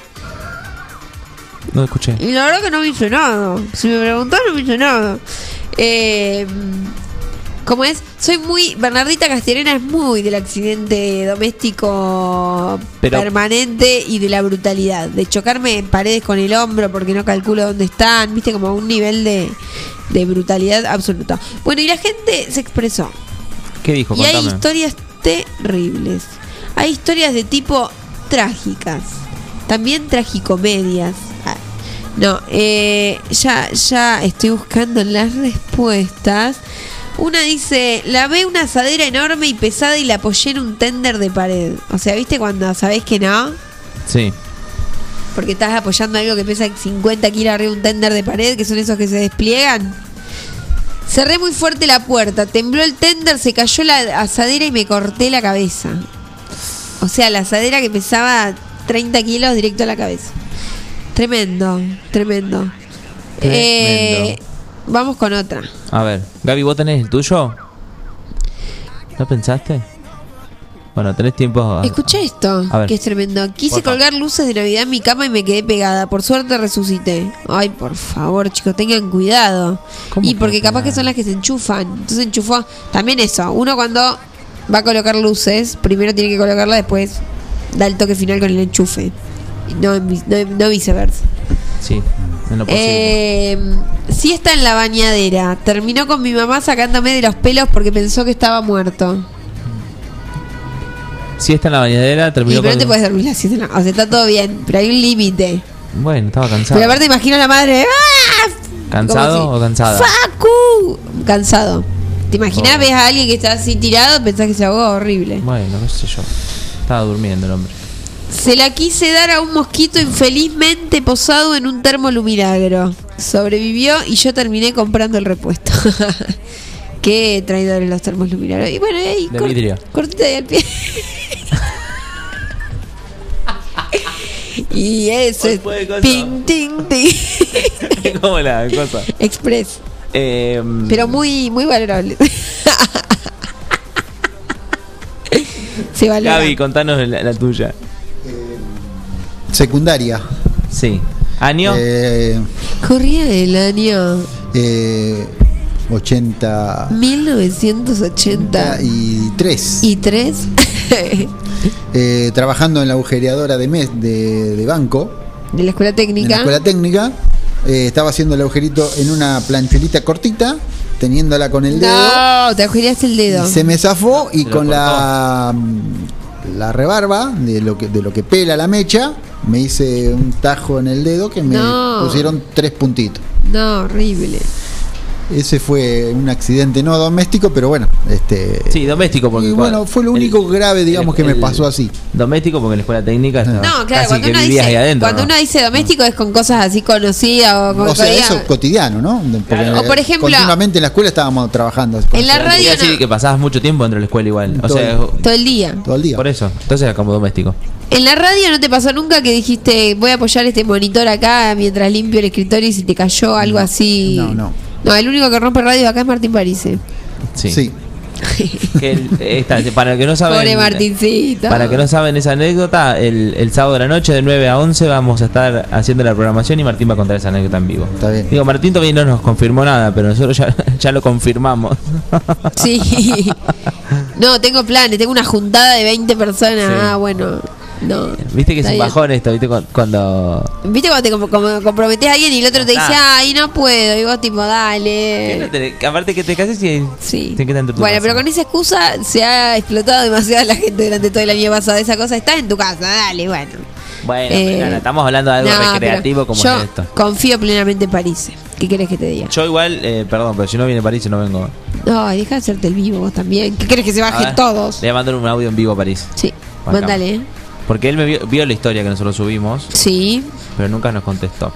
No escuché. Y la verdad que no me hizo nada. Si me preguntó, no me hizo nada. Eh, ¿Cómo es? Soy muy... Bernardita Castellana es muy del accidente doméstico Pero- permanente y de la brutalidad. De chocarme en paredes con el hombro porque no calculo dónde están. Viste, como un nivel de, de brutalidad absoluta. Bueno, y la gente se expresó. ¿Qué dijo? Y hay Contame. historias terribles. Hay historias de tipo trágicas. También tragicomedias. Ah, no, eh, ya, ya estoy buscando las respuestas. Una dice, lavé una asadera enorme y pesada y la apoyé en un tender de pared. O sea, ¿viste cuando sabés que no? Sí. Porque estás apoyando algo que pesa cincuenta kilos arriba de un tender de pared, que son esos que se despliegan. Cerré muy fuerte la puerta, tembló el tender, se cayó la asadera y me corté la cabeza. O sea, la asadera que pesaba treinta kilos directo a la cabeza. Tremendo, tremendo. Eh, vamos con otra. A ver, Gaby, ¿vos tenés el tuyo? ¿No pensaste? Bueno, tenés tiempo. a- Escucha esto, A ver. que es tremendo. Quise Porfa. colgar luces de Navidad en mi cama y me quedé pegada. Por suerte resucité. Ay, por favor, chicos, tengan cuidado. Y porque capaz que son las que se enchufan. Entonces enchufó. También eso. Uno cuando va a colocar luces, primero tiene que colocarla, después da el toque final con el enchufe. Y No, en vi- no, no viceversa. Sí, en lo posible. Eh, sí está en la bañadera. Terminó con mi mamá sacándome de los pelos porque pensó que estaba muerto. Si está en la bañadera, Y terminó pero no con... te puedes dormir así. O sea, está todo bien, pero hay un límite. Bueno, estaba cansado. Pero aparte imagino a la madre. ¡Ah! ¿Cansado como o cansada? ¡Facu! Cansado. ¿Te imaginas? Oh. Ves a alguien que está así tirado, pensás que se ahogó, horrible. Bueno, qué sé yo. Estaba durmiendo el hombre. Se la quise dar a un mosquito infelizmente posado en un termolumilagro. Sobrevivió y yo terminé comprando el repuesto. Qué traidores los termolumilagros. Y bueno, ahí De cort- vidrio. cortita ahí al pie. Y eso es ping, ting, ting. ¿Cómo la cosa? Express. Eh, Pero muy, muy valorable. Se valora. Gaby, contanos la, la tuya. Secundaria. Sí. ¿Año? Eh, Corría el año eh, ochenta mil novecientos ochenta y tres. y tres. Eh, trabajando en la agujereadora de, mes, de, de banco, De la escuela en la técnica. escuela técnica. Eh, estaba haciendo el agujerito en una plancholita cortita, teniéndola con el dedo. No, te agujereaste el dedo. Y se me zafó y Se lo con cortó. la mm, la rebarba de lo que de lo que pela la mecha me hice un tajo en el dedo que me No. pusieron tres puntitos. No, horrible. Ese fue un accidente no doméstico, pero bueno, este Sí, doméstico. Porque y bueno, fue lo único grave, digamos, que me pasó así. Doméstico porque en la escuela técnica estaba No, claro, casi cuando, que uno vivías dice, ahí adentro. cuando ¿no? uno dice doméstico es con cosas así conocidas o con O sea, que eso diga- cotidiano, ¿no? Porque O por ejemplo- continuamente en la escuela estábamos trabajando. con En la eso. radio Quería decir no. que pasabas mucho tiempo dentro de la escuela igual. O Todo sea, el- todo el día. todo el día. por eso. Entonces era como doméstico. En la radio no te pasó nunca que dijiste voy a apoyar este monitor acá mientras limpio el escritorio y si te cayó algo así. No, no. No, el único que rompe radio acá es Martín Parise. Sí. Sí. Que el- esta, para el que no saben, Pobre Martincito. Para que no saben esa anécdota, el, el sábado de la noche de nueve a once vamos a estar haciendo la programación y Martín va a contar esa anécdota en vivo. Está bien. Digo, Martín todavía no nos confirmó nada, pero nosotros ya, ya lo confirmamos. Sí. No, tengo planes, tengo una juntada de veinte personas. Sí. Ah, bueno. No. Viste que es Está un bien. bajón esto, viste cu- cuando... ¿Viste cuando te com- como comprometés a alguien y el otro te dice, Ah. ay, no puedo? Y vos tipo, Que no dale. te- que aparte que te cases y Sí. te quedas dentro de tu Bueno, casa. pero con esa excusa se ha explotado demasiado la gente durante todo el año pasado. Esa cosa está en tu casa, dale, bueno. Bueno, Eh, nada, estamos hablando de algo no, recreativo pero como yo es esto. confío plenamente en París. ¿Qué querés que te diga? Yo igual, eh, perdón, pero si no viene París, no vengo. No, deja de hacerte el vivo vos también. ¿Qué querés que se A bajen ver, todos? Le voy a mandar un audio en vivo a París. Sí, Acá. mándale. ¿eh? Porque él me vio, vio la historia que nosotros subimos. Sí. Pero nunca nos contestó.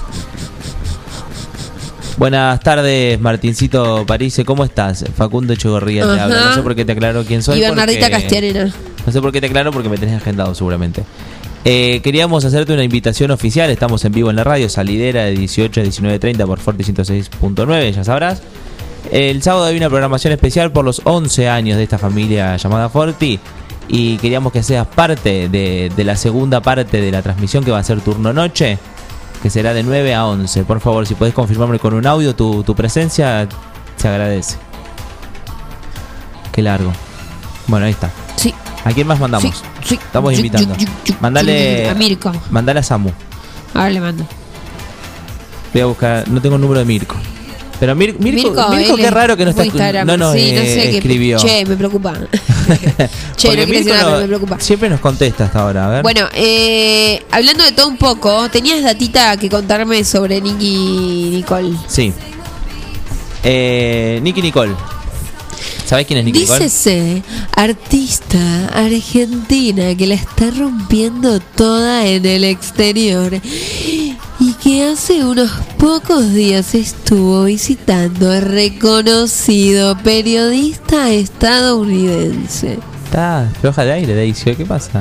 Buenas tardes, Martincito Parise, ¿cómo estás? Facundo Echegorría te Ajá. habla. No sé por qué te aclaro quién soy. Y Bernardita porque- Castianena. No sé por qué te aclaro porque me tenés agendado seguramente. Eh, queríamos hacerte una invitación oficial. Estamos en vivo en la radio, salidera de dieciocho a diecinueve treinta por Forti ciento seis punto nueve, ya sabrás. El sábado hay una programación especial por los once años de esta familia llamada Forti. Y queríamos que seas parte de, de la segunda parte de la transmisión, que va a ser turno noche, que será de nueve a once. Por favor, si podés confirmarme con un audio tu, tu presencia, se agradece. Qué largo. Bueno, ahí está. Sí. ¿A quién más mandamos? Sí, sí. Estamos Yu, invitando. yu, yu, yu, Mandale a Mirko. Mandale a Samu. Ahora le mando. Voy a buscar, no tengo el número de Mirko. Pero Mir- Mirko, Mirko, Mirko, él qué es raro que no está por Instagram. no nos Sí, no eh, sé qué- escribió. Che, me preocupa. Che, Porque no quiere decir Mirko nada, no- pero me preocupa. siempre nos contesta hasta ahora, a ver. Bueno, eh, hablando de todo un poco, ¿tenías datita que contarme sobre Nicky Nicole? Sí. Eh, Nicky Nicole. ¿Sabés quién es Nicky Nicole? Dícese, artista argentina que la está rompiendo toda en el exterior y que hace unos pocos días estuvo visitando al reconocido periodista estadounidense. Está floja de aire, Daisy. ¿Qué pasa?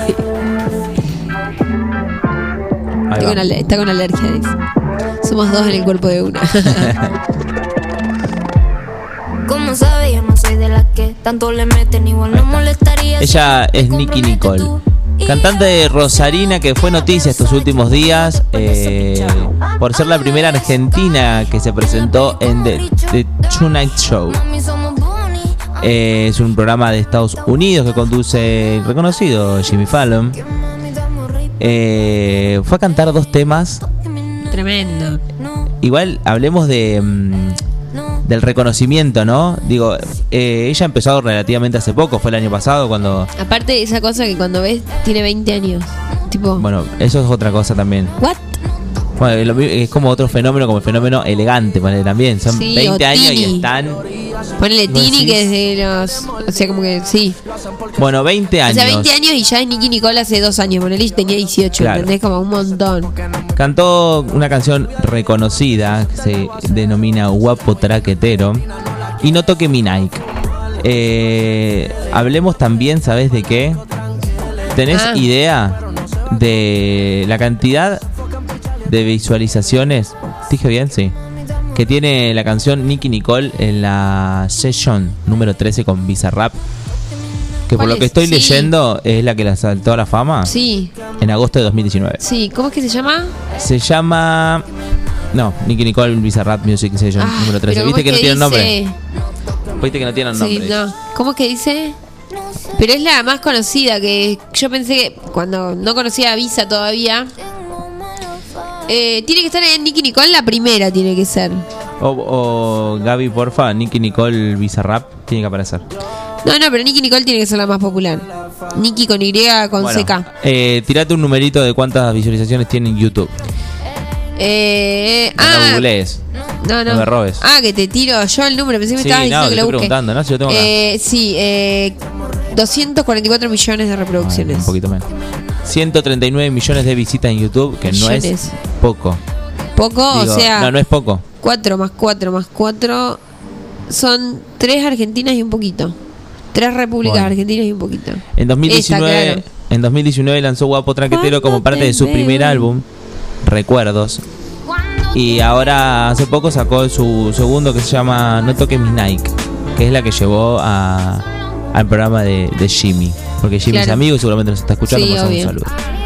Ahí Está va. con, ale- está con alergia, dice. Somos dos en el cuerpo de una. Como sabes, yo no soy de las que tanto le meten, igual no molestaría. Ella es Nicky Nicole, cantante rosarina que fue noticia estos últimos días eh, por ser la primera argentina que se presentó en The, The Tonight Show. Eh, es un programa de Estados Unidos que conduce el reconocido Jimmy Fallon. Eh, fue a cantar dos temas. Tremendo. Igual hablemos de mm, del reconocimiento, ¿no? Digo, eh, ella empezó relativamente hace poco, fue el año pasado cuando... Aparte de esa cosa que cuando ves tiene veinte años. Tipo, Bueno, eso es otra cosa también. ¿what? Bueno, lo mi- es como otro fenómeno, como el fenómeno elegante, ponele también. Son Sí, veinte o años y Tini. están... Ponele ¿Vos Tini decís? que es de los... O sea, como que sí. Bueno, veinte O años. sea, veinte años y ya es Nicky Nicole hace dos años. Ponele y tenía dieciocho, Claro. ¿entendés? Como un montón. Cantó una canción reconocida que se denomina Guapo Traquetero y No Toque Mi Nike. Eh, hablemos también, ¿sabes de qué? ¿Tenés Ah. idea de la cantidad de visualizaciones? ¿Dije bien? Sí. Que tiene la canción Nicky Nicole en la session número trece con Bizarrap. Que por ¿Cuál lo que es? estoy Sí. leyendo es la que la saltó a la fama Sí, en agosto de dos mil diecinueve. sí. ¿Cómo es que se llama? Se llama... No, Nicky Nicole Bizarrap Music Session Ah, número trece. pero ¿Viste ¿cómo que no es tienen nombre? dice? ¿Viste que no tienen Sí, nombre? no. ¿Cómo es que dice? Pero es la más conocida, que yo pensé que cuando no conocía a Visa todavía, eh, tiene que estar en Nicky Nicole, la primera tiene que ser. O, o Gaby, porfa, Nicky Nicole Bizarrap tiene que aparecer. No, no, pero Nicky Nicole tiene que ser la más popular. Nicky con Y, con Bueno, C K. eh, tirate un numerito de cuántas visualizaciones tiene en YouTube. Eh, No ah, lo googlees. no, no. no me robes. Ah, que te tiro yo el número. Pensé que me Sí, estabas no, diciendo te que lo estoy busque. preguntando, ¿no? Si lo tengo acá. Eh, sí, eh, doscientos cuarenta y cuatro millones de reproducciones. Un poquito menos. ciento treinta y nueve millones de visitas en YouTube, que no es Millones. poco. Poco, Digo, o sea, No, no es poco. cuatro más cuatro más cuatro son tres argentinas y un poquito. Tres repúblicas Bueno. argentinas y un poquito. En dos mil diecinueve, Esta, claro. en dos mil diecinueve lanzó Guapo Traquetero como parte de su primer álbum, Recuerdos. Y ahora hace poco sacó su segundo que se llama No Toque Mis Nike, que es la que llevó a, al programa de, de Jimmy. Porque Jimmy es Claro. amigo y seguramente nos está escuchando. Sí, Pues un obvio. saludo.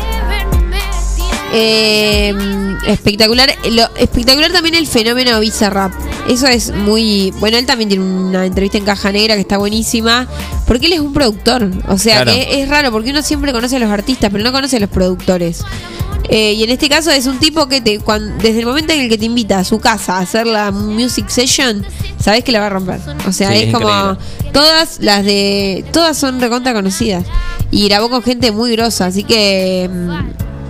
Eh, espectacular. Lo, espectacular también el fenómeno Bizarrap. Eso es muy... Bueno, él también tiene una entrevista en Caja Negra que está buenísima. Porque él es un productor. O sea, Claro. que es raro porque uno siempre conoce a los artistas, pero no conoce a los productores. Eh, y en este caso es un tipo que te cuan- desde el momento en el que te invita a su casa a hacer la music session, sabes que la va a romper. O sea, Sí, es es como increíble. todas las de todas son recontra conocidas y grabó con gente muy grosa, así que mm,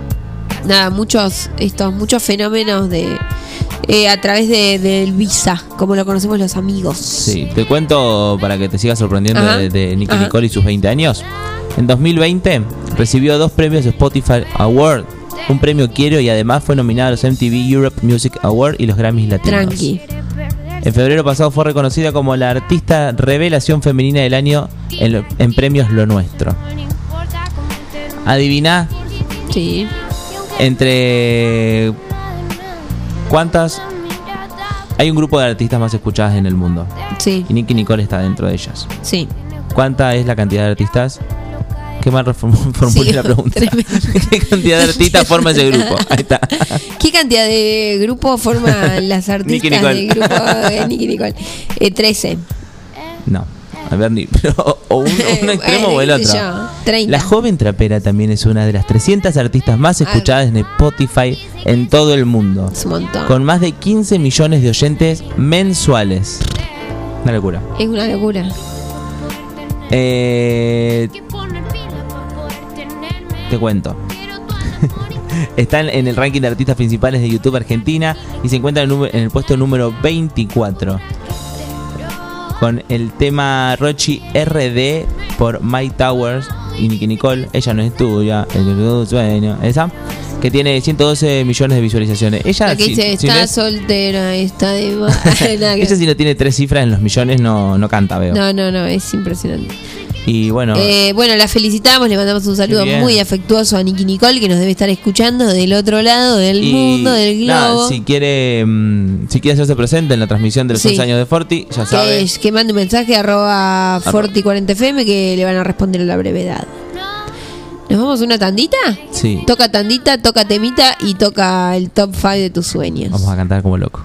nada, muchos estos muchos fenómenos de eh, a través de, del Visa, como lo conocemos los amigos. Sí, te cuento para que te sigas sorprendiendo Ajá. de, de Nicki Ajá. Nicole y sus veinte años. En dos mil veinte recibió dos premios Spotify Award, un premio Quiero, y además fue nominada a los M T V Europe Music Award y los Grammys Latinos. Tranqui. En febrero pasado fue reconocida como la artista revelación femenina del año en, lo- en premios Lo Nuestro. Adivina Sí. entre cuántas. Hay un grupo de artistas más escuchadas en el mundo. Sí. Y Nicki Nicole está dentro de ellas. Sí. ¿Cuánta es la cantidad de artistas? Qué mal reform- formulé Sí, la pregunta. ¿Qué cantidad de artistas forma ese grupo? Ahí está. ¿Qué cantidad de grupos forman las Nicki artistas Nicole. del grupo de Nicki Nicole? Eh, trece. No. A ver, ni, pero, o un, un extremo o el Bueno, qué sé otro. yo, treinta. La joven trapera también es una de las trescientas artistas más escuchadas en Spotify en todo el mundo. Es un montón. Con más de quince millones de oyentes mensuales. Una locura. Es una locura. Eh, te cuento. Están en el ranking de artistas principales de YouTube Argentina y se encuentran en, el número- en el puesto número veinticuatro. Con el tema Rochi R D por My Towers y Nicki Nicole. Ella no es tuya, es tu sueño. Esa, que tiene ciento doce millones de visualizaciones. Ella, La que si- dice, si está no es- soltera, está de ma- Nada que- ella si no tiene tres cifras en los millones no, no canta, veo. No, no, no, es impresionante. Y bueno, Eh, bueno, la felicitamos, le mandamos un saludo Qué bien. muy afectuoso a Nicki Nicole, que nos debe estar escuchando del otro lado del y mundo, del globo. nada, si quiere mm, si quiere hacerse presente en la transmisión de los Sí. once años de Forti, ya que, sabe. es- que mande un mensaje arroba forti cuarenta F M que le van a responder a la brevedad. ¿Nos vamos a una tandita? Sí. Toca tandita, toca temita y toca el top cinco de tus sueños. Vamos a cantar como loco.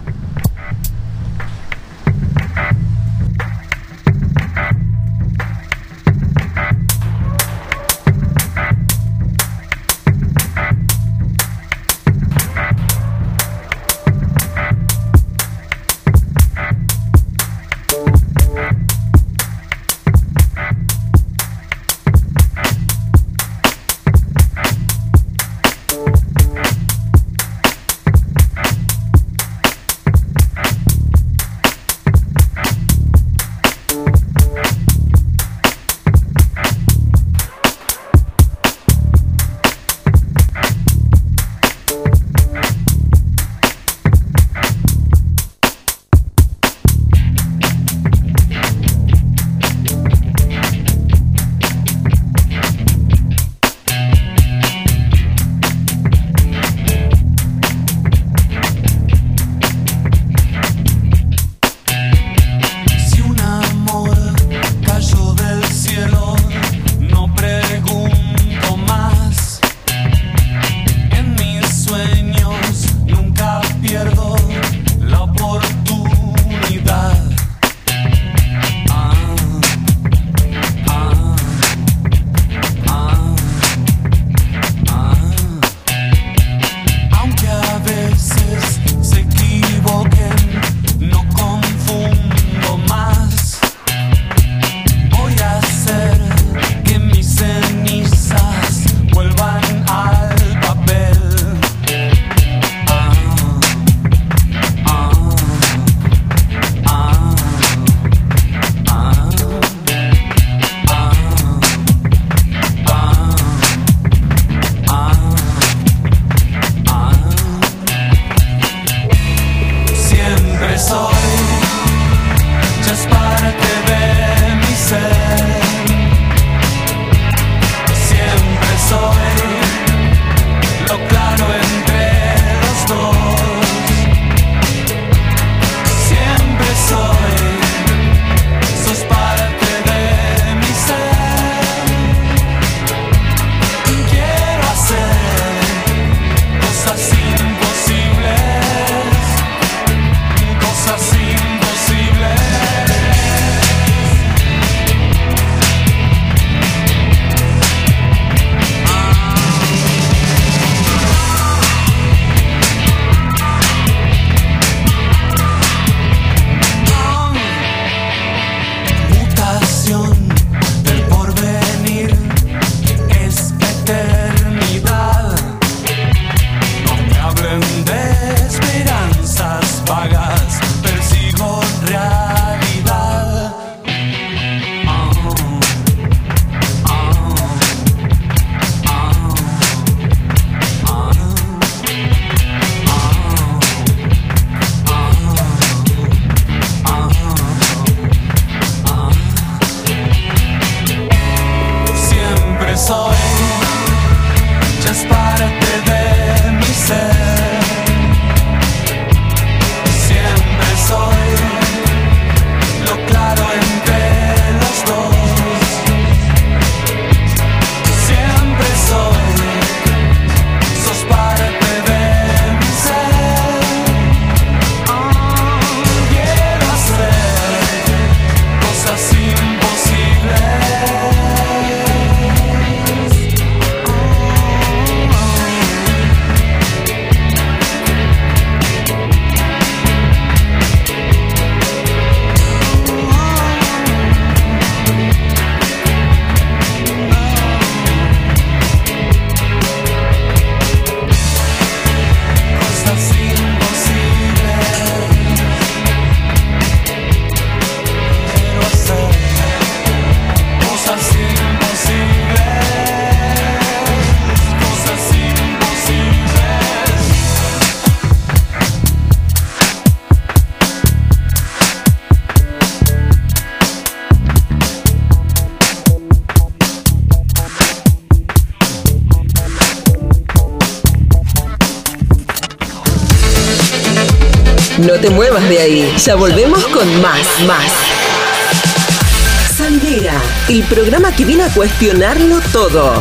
No te muevas de ahí. Ya volvemos con más, más. Salidera, el programa que viene a cuestionarlo todo.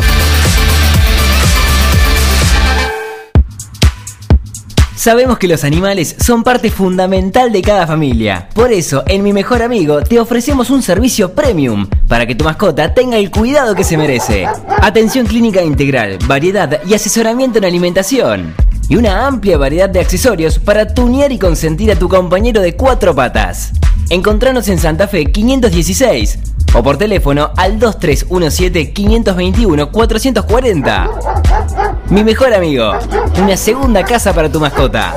Sabemos que los animales son parte fundamental de cada familia. Por eso, en Mi Mejor Amigo te ofrecemos un servicio premium para que tu mascota tenga el cuidado que se merece. Atención clínica integral, variedad y asesoramiento en alimentación. Y una amplia variedad de accesorios para tunear y consentir a tu compañero de cuatro patas. Encontranos en Santa Fe quinientos dieciséis o por teléfono al dos tres uno siete, cinco dos uno, cuatro cuatro cero. Mi Mejor Amigo, una segunda casa para tu mascota.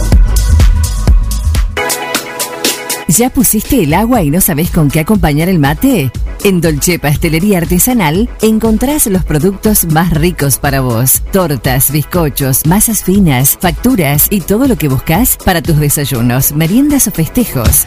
¿Ya pusiste el agua y no sabés con qué acompañar el mate? En Dolce Pastelería Artesanal encontrás los productos más ricos para vos. Tortas, bizcochos, masas finas, facturas y todo lo que buscas para tus desayunos, meriendas o festejos.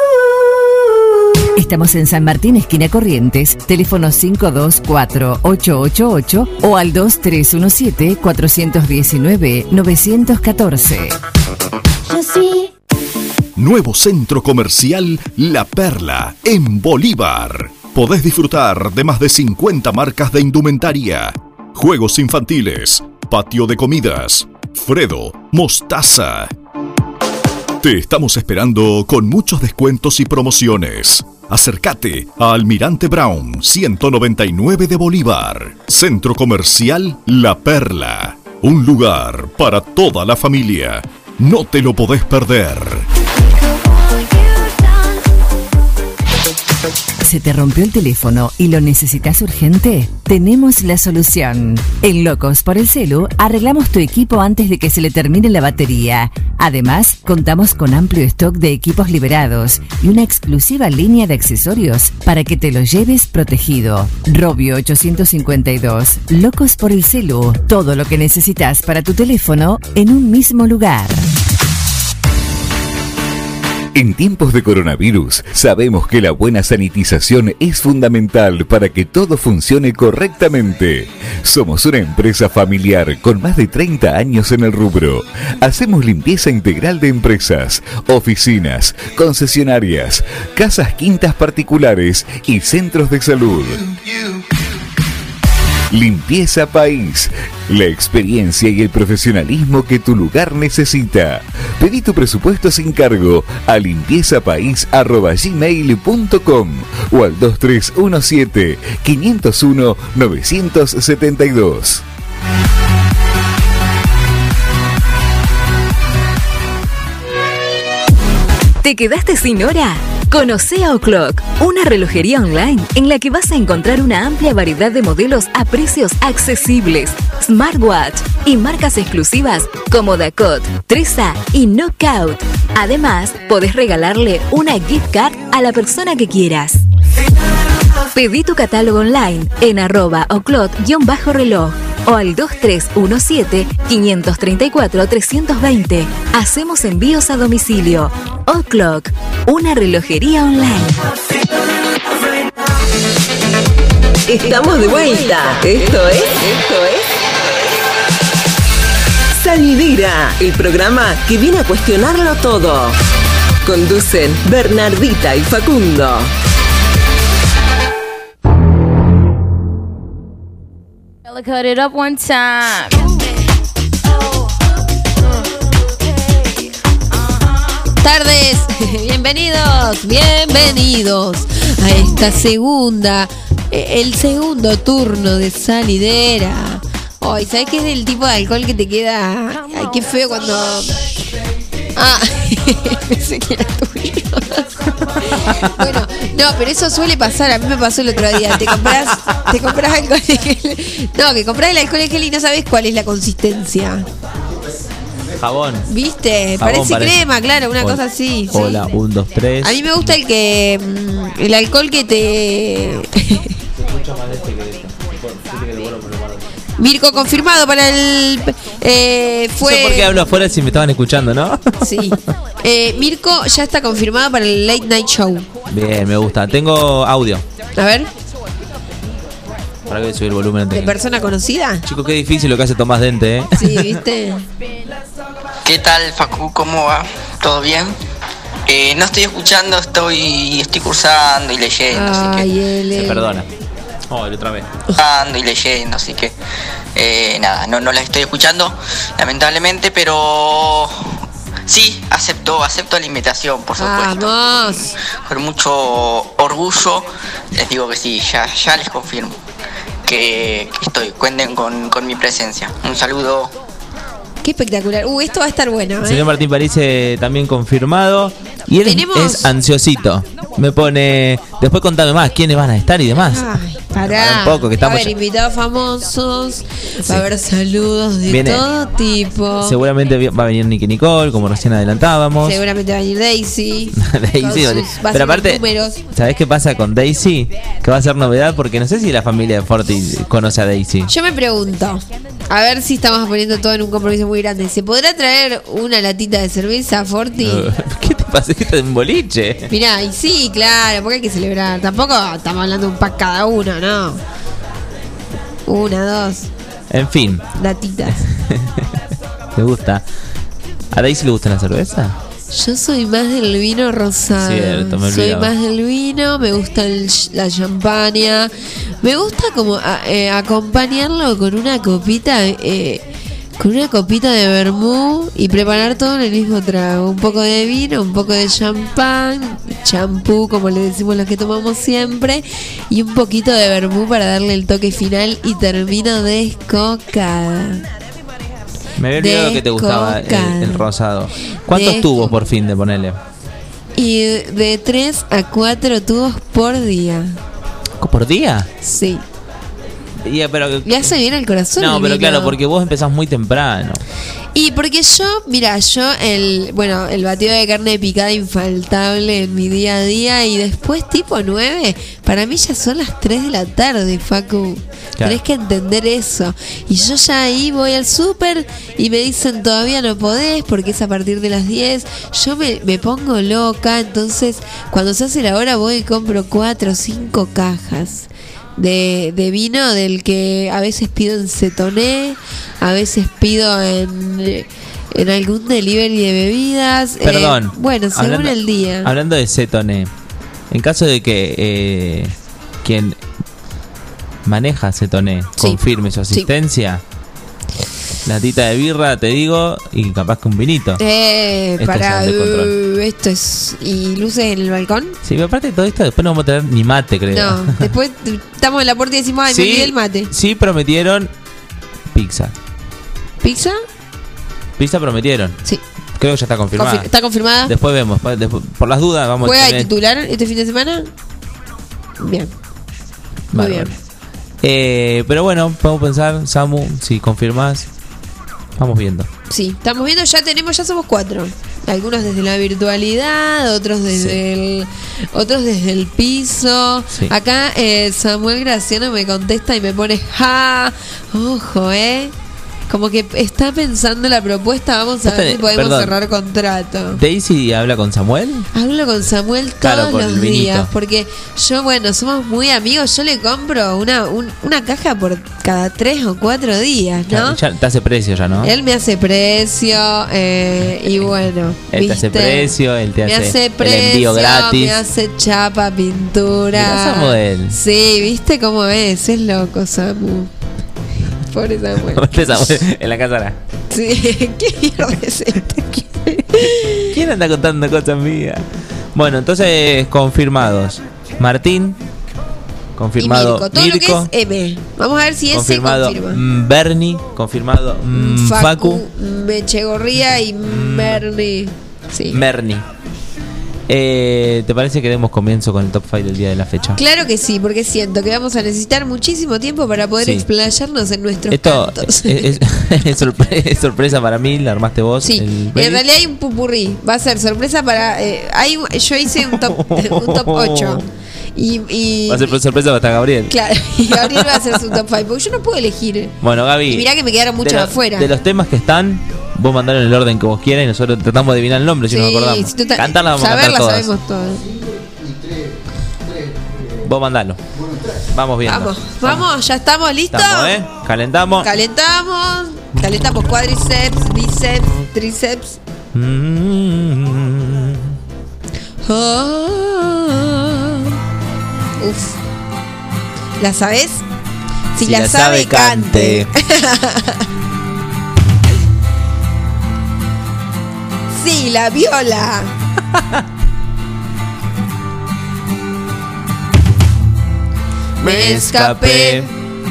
Estamos en San Martín, esquina Corrientes, teléfono cinco dos cuatro, ocho ocho ocho o al dos tres uno siete, cuatro uno nueve, nueve uno cuatro. Yo sí. Nuevo centro comercial La Perla, en Bolívar. Podés disfrutar de más de cincuenta marcas de indumentaria, juegos infantiles, patio de comidas, Fredo, Mostaza. Te estamos esperando con muchos descuentos y promociones. Acércate a Almirante Brown ciento noventa y nueve de Bolívar. Centro Comercial La Perla. Un lugar para toda la familia. No te lo podés perder. ¿Se te rompió el teléfono y lo necesitas urgente? Tenemos la solución. En Locos por el Celu arreglamos tu equipo antes de que se le termine la batería. Además, contamos con amplio stock de equipos liberados y una exclusiva línea de accesorios para que te lo lleves protegido. Robio ochocientos cincuenta y dos. Locos por el Celu. Todo lo que necesitas para tu teléfono en un mismo lugar. En tiempos de coronavirus, sabemos que la buena sanitización es fundamental para que todo funcione correctamente. Somos una empresa familiar con más de treinta años en el rubro. Hacemos limpieza integral de empresas, oficinas, concesionarias, casas quintas particulares y centros de salud. Limpieza País, la experiencia y el profesionalismo que tu lugar necesita. Pedí tu presupuesto sin cargo a limpieza país arroba gmail punto com o al dos tres uno siete, cinco cero uno, nueve siete dos. ¿Te quedaste sin hora? Conoce a O'Clock, una relojería online en la que vas a encontrar una amplia variedad de modelos a precios accesibles, smartwatch y marcas exclusivas como Dakota, Tresa y Knockout. Además, podés regalarle una gift card a la persona que quieras. Pedí tu catálogo online en arroba oclot-reloj o al dos tres uno siete, cinco tres cuatro, tres dos cero. Hacemos envíos a domicilio. O'Clock, una relojería online. Estamos de vuelta. Esto es, esto es Salidera, el programa que viene a cuestionarlo todo. Conducen Bernardita y Facundo. Cut it up one time. Tardes, bienvenidos, bienvenidos a esta segunda, el segundo turno de Salidera. Ay, ¿sabes qué es el tipo de alcohol que te queda? Ay, qué feo cuando... Ah, pensé que era tuyo. Bueno, no, pero eso suele pasar. A mí me pasó el otro día. Te compras, te compras alcohol en gel. No, que compras el alcohol en gel y no sabes cuál es la consistencia. Jabón. ¿Viste? Jabón parece, parece crema, claro, una Hola. cosa así. Hola, sí. un, dos, tres. A mí me gusta el que. mm, El alcohol que te. Mucho más de este que de este. Dile que lo vuelvo, pero lo guardo. Mirko confirmado para el. Eh, fue. No sé por qué hablo afuera si me estaban escuchando, ¿no? Sí. Eh, Mirko ya está confirmado para el Late Night Show. Bien, me gusta. Tengo audio. A ver, Para que subir el volumen. ¿de persona conocida? Chico, qué difícil lo que hace Tomás Dente, ¿eh? Sí, ¿viste? ¿Qué tal, Facu? ¿Cómo va? ¿Todo bien? Eh, no estoy escuchando, estoy estoy cursando y leyendo, así Ay, que... él, Se él. perdona. Oh, otra vez. Cursando y leyendo, así que... Eh, nada, no, no las estoy escuchando, lamentablemente, pero... Sí, acepto, acepto la invitación, por supuesto. Vamos. Con mucho orgullo les digo que sí, ya, ya les confirmo que, que estoy, cuenten con, con mi presencia. Un saludo. Qué espectacular. Uh, esto va a estar bueno, ¿eh? Señor Martín París eh, también confirmado. Y él Tenemos- es ansiosito. Me pone. Después contame más quiénes van a estar y demás. Ay, Para pará. un poco, que Va a estamos haber ya- invitados famosos, Sí. va a haber saludos de Viene- todo tipo. Seguramente vi- va a venir Nicky Nicole, como recién adelantábamos. Seguramente va a venir Daisy. Daisy, con vale. sus- va a Pero ser aparte, números. ¿sabés qué pasa con Daisy? Que va a ser novedad porque no sé si la familia de Forti conoce a Daisy. Yo me pregunto, a ver si estamos poniendo todo en un compromiso muy grande. ¿Se podrá traer una latita de cerveza, Forti? ¿Qué te pasa? ¿Esto es un boliche? Mirá, y sí, claro, porque hay que celebrar. Tampoco estamos hablando de un pack cada uno, ¿no? Una, dos, En fin, latitas. ¿te gusta? ¿A Daisy le gusta la cerveza? Yo soy más del vino rosado. Cierto, me soy olvidaba. más del vino, me gusta el ch- la champaña. Me gusta como a- eh, acompañarlo con una copita, eh, con una copita de vermú y preparar todo en el mismo trago. Un poco de vino, un poco de champán, champú, como le decimos los que tomamos siempre, y un poquito de vermú para darle el toque final y termino descocada. Me había olvidado que te gustaba el, Descocada. el rosado. ¿Cuántos Desco- tubos por fin de ponerle? Y de tres a cuatro tubos por día. ¿Por día? Sí. Y, pero, Le hace bien al corazón. no, el pero vino. claro, porque vos empezás muy temprano. Y porque yo, mira, yo el, bueno, el batido de carne picada infaltable en mi día a día y después tipo nueve, para mí ya son las tres de la tarde, Facu. Claro. Tenés que entender eso. Y yo ya ahí voy al súper y me dicen todavía no podés porque es a partir de las diez. Yo me, me pongo loca, entonces cuando se hace la hora voy y compro cuatro o cinco cajas. De, de vino del que a veces pido en Cetoné, a veces pido en, en algún delivery de bebidas. eh, Perdón. bueno, según hablando, el día. Hablando de Cetoné, en caso de que eh, quien maneja Cetoné Sí. confirme su asistencia, latita de birra, te digo, y capaz que un vinito. Eh, Esto para es un descontrol. uh, esto es. ¿Y luces en el balcón? Sí, pero aparte de todo esto, después no vamos a tener ni mate, creo. No, después t- estamos en la puerta y decimos, ay, me olvidé el mate. sí prometieron pizza. ¿Pizza? Pizza prometieron. Sí. Creo que ya está confirmada. Confi- ¿Está confirmada? Después vemos. pa- después- por las dudas, vamos ¿Juega a de tener. titular este fin de semana? Bien. Muy Bárbaro. bien. Eh, pero bueno, podemos pensar, Samu, si confirmás, vamos viendo. Sí, estamos viendo, ya tenemos, ya somos cuatro. Algunos desde la virtualidad, otros desde el otros desde el piso. Sí. Acá eh, Samuel Graciano me contesta y me pone ja, ojo, eh. Como que está pensando la propuesta, vamos a Vos ver tenés- si podemos perdón. cerrar contrato. ¿Daisy habla con Samuel? Hablo con Samuel Claro, todos por el los vinito. días, porque yo, bueno, somos muy amigos, yo le compro una, un- una caja por cada tres o cuatro días, ¿no? Ya te hace precio ya, ¿no? Él me hace precio eh, y bueno, Él te hace ¿viste? precio, él te me hace, hace el precio, envío gratis. me hace chapa, pintura. Mirá, Samuel. Sí, ¿viste cómo es? Es loco, Samu. Pobre Samuel. Este Samuel en la casa. Sí, ¿qué mierda es este? ¿Quién anda contando cosas mías? Bueno, entonces confirmados. Martín, confirmado. Y Mirko, todo Mirko, lo que es M. Vamos a ver si ese confirmado. confirma. mm, Bernie, confirmado. mm, Facu, Facu, Mechegorría y Merni. Sí. Merni. Eh, ¿Te parece que demos comienzo con el top cinco del día de la fecha? Claro que sí, porque siento que vamos a necesitar muchísimo tiempo para poder Sí. explayarnos en nuestros Esto cantos. es, es- es sorpre- es sorpresa para mí, la armaste vos. Sí, el en playlist. realidad hay un pupurrí. Va a ser sorpresa para. eh, hay, un- yo hice un top, un top ocho. Y, y- Va a ser sorpresa para Gabriel. Claro, y Gabriel va a hacer su top cinco. Porque yo no puedo elegir. Bueno, Gaby. Y mirá que me quedaron muchos de lo- afuera. De los temas que están, vos mandalo en el orden que vos quieras y nosotros tratamos de adivinar el nombre si no nos acordamos. si tú ta- Cantarla vamos a saberla cantar todas. sabemos todas. Vos mandalo. Vamos viendo. Vamos, vamos, ya estamos listos. Estamos, ¿eh? Calentamos. Calentamos. Calentamos cuádriceps, bíceps, tríceps. Mm. Ah. Uf. ¿La sabes? Si, Si la, la sabe, sabe, cante. Sí, la viola. Me escapé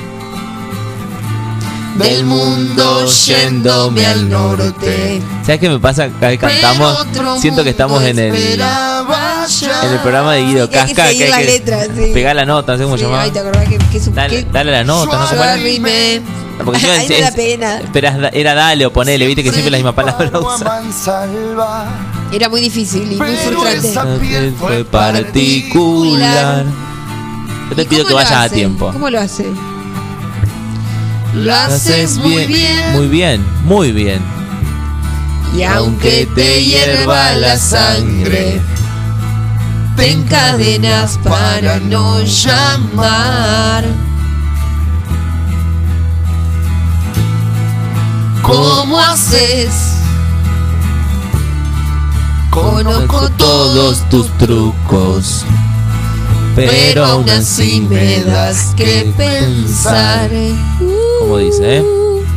del mundo yéndome al norte. ¿Sabes qué me pasa cada vez que cantamos? Siento que estamos en el en el programa de Guido Sí, que hay que Casca, seguir la letra, sí. pegar la nota, no sé cómo Sí, llamaba. ay, ¿te acordás que, que es un Dale, que- dale la nota, no sé cómo era. Sorry, man. No, porque encima Ay, es- me da es- pena. Esperás, era dale o ponele, viste que siempre la misma palabra usa. Era muy difícil y muy frustrante. Fue particular. Yo te ¿Y pido cómo que lo vayas a hace? tiempo. ¿Cómo lo hace? Lo Lo haces muy bien. Muy bien, muy bien. Y aunque te hierva la sangre, te encadenas para no llamar. ¿Cómo haces? Conozco todos tus trucos, pero aún así me das que pensar. Como dice, ¿eh?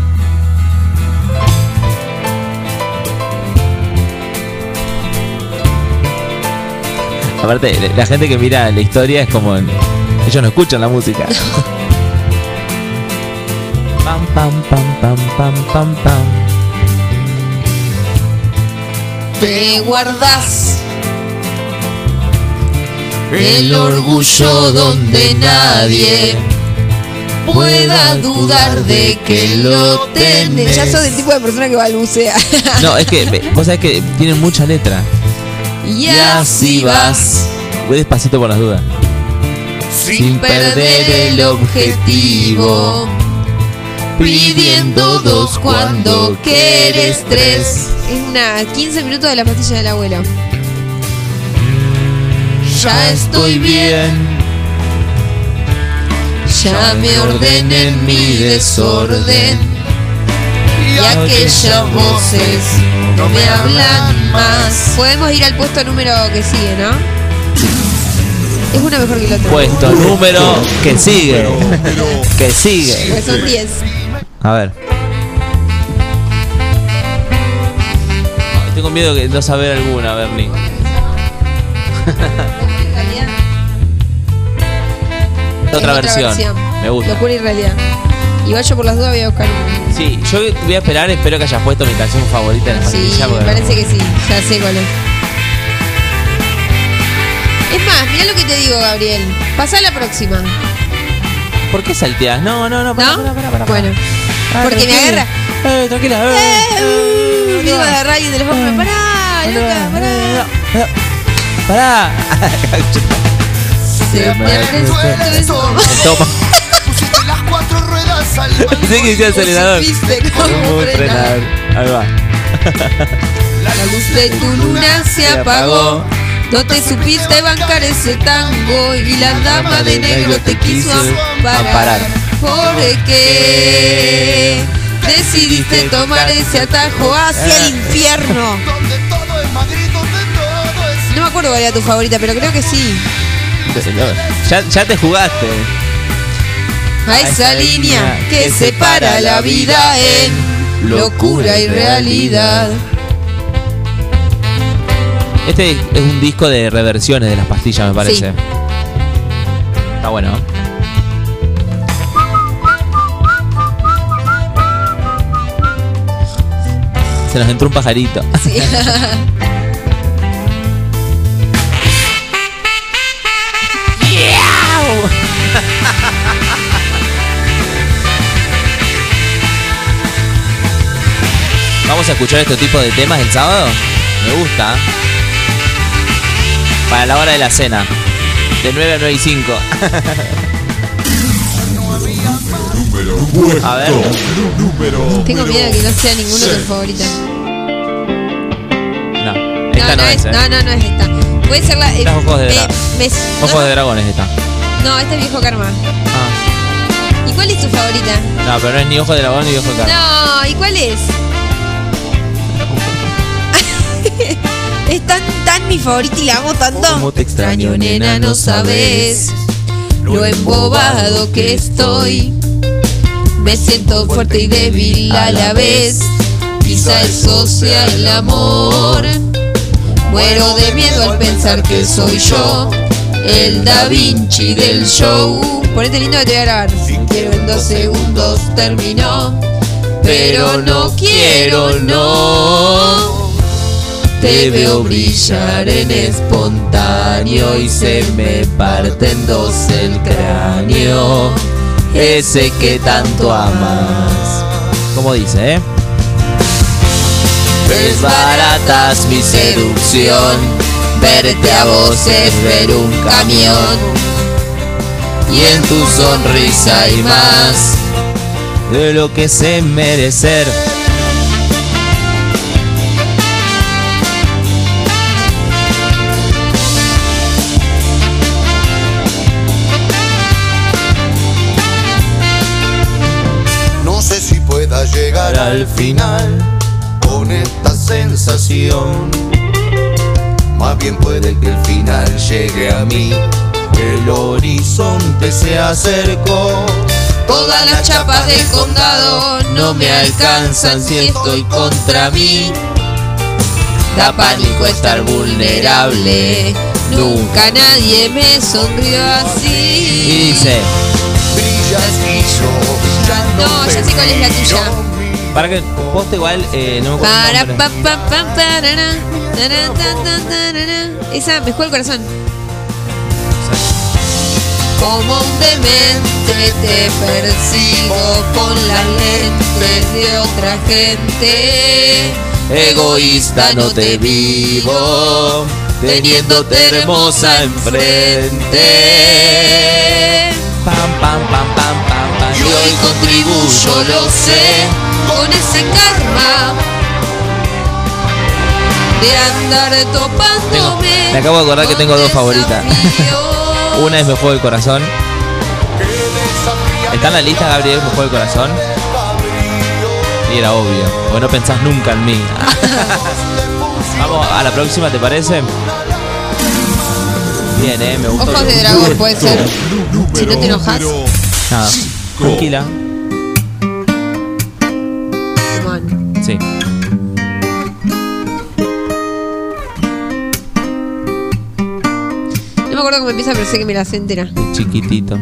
Aparte, la gente que mira la historia es como... Ellos no escuchan la música. Pam, pam, pam, pam, pam, pam, pam. Te guardas El orgullo donde nadie pueda dudar de que lo tenés. Ya sos del tipo de persona que balbucea. No, es que ve, vos sabés que tienen mucha letra. Y así vas. Voy despacito por las dudas. Sin perder el objetivo, pidiendo dos cuando quieres tres. Es una quince minutos de la pastilla del abuelo. Ya estoy bien. Ya me ordené en mi desorden. Y aquellas voces no me hablan más. Podemos ir al puesto número que sigue, ¿no? Es una mejor que el otro. Puesto número que sigue. Que sigue. Pues son diez. A ver. Ay, tengo miedo de no saber alguna, Bernie. Otra versión. Me gusta. Locura y realidad. Igual yo por las dudas voy a buscar una. Sí, yo voy a esperar, espero que hayas puesto mi canción favorita en la Sí, pastilla. me porque- parece que sí. Ya sé cuál es. Es más, mirá lo que te digo, Gabriel. Pasá a la próxima. ¿Por qué salteás? No, no, no, pará, ¿No? pará, pará, pará. Bueno. Ah, Porque me tranquila. agarra. Eh, tranquila. Eh, Eh, uh, digo, agarrar alguien de los hombros. Pará, loca, pará. Pará. Se me prestó eso. Toma. Pusiste las cuatro ruedas al Pensé que decía acelerador. Supiste cómo frenar. Ahí va. La luz de tu luna se apagó. No te supiste bancar ese tango y la dama de negro te quiso amparar. Porque decidiste tomar ese atajo hacia el infierno. No me acuerdo cuál era tu favorita, pero creo que sí. Ya, ya te jugaste. A esa línea que separa la vida en locura y realidad. Este es un disco de reversiones de las pastillas, me parece. Sí. Está bueno. Se nos entró un pajarito. Sí. Vamos a escuchar este tipo de temas el sábado. Me gusta. Para la hora de la cena. De nueve a nueve y cinco. A ver. Tengo miedo de que no sea ninguno de tus favoritas. No, esta no, es, ¿eh? No, no, no es esta. Puede ser la. eh, Las ojos de me- dragón. me- Ojos no, de dragón es esta. no, este es Viejo Karma. Ah. ¿Y cuál es tu favorita? No, pero no es ni ojo de dragón ni viejo de carne. No, ¿y cuál es? Es tan, tan mi favorita y la amo tanto. Como te extraño, nena, no sabes lo embobado que estoy. Me siento fuerte y débil a la vez. Quizá eso sea el amor. Muero de miedo al pensar que soy yo, el Da Vinci del show. Ponete lindo que te voy a grabar. Si quiero en dos segundos terminó, pero no quiero, no. Te veo brillar en espontáneo y se me parte en dos el cráneo, ese que tanto amas. Como dice, ¿eh? Desbaratas mi seducción, verte a vos es ver un camión, y en tu sonrisa hay más de lo que sé merecer. No sé si pueda llegar al final con esta sensación. Más bien puede que el final llegue a mí. El horizonte se acercó. Todas las chapas del condado no me alcanzan si estoy contra mí. Da pánico estar vulnerable. Nunca nadie me sonrió así. Y dice: brillas y yo ya no, no, ya sé cuál es la tuya. Para que poste igual, eh, no me acuerdo Para el nombre. pa pa pa parara, tarara, ta, ta, tarara. Esa me juega el corazón. Como un demente te persigo con las lentes de otra gente. Egoísta no te vivo, teniéndote hermosa enfrente. Pam, pam, pam, pam, pam, pam. Y hoy contribuyo, lo sé, con ese karma de andar topándome. Me acabo de acordar que tengo dos favoritas. Una es Me Juego el Corazón. ¿Está en la lista, Gabriel, Me Juego el Corazón? Y era obvio, porque no pensás nunca en mí. Vamos a la próxima, ¿te parece? Bien, eh, me gustó. Ojos de dragón puede ser. Si no te enojas. Nada, tranquila. Sí. No me acuerdo cómo empieza, pero sé que me la sé entera. De chiquitito.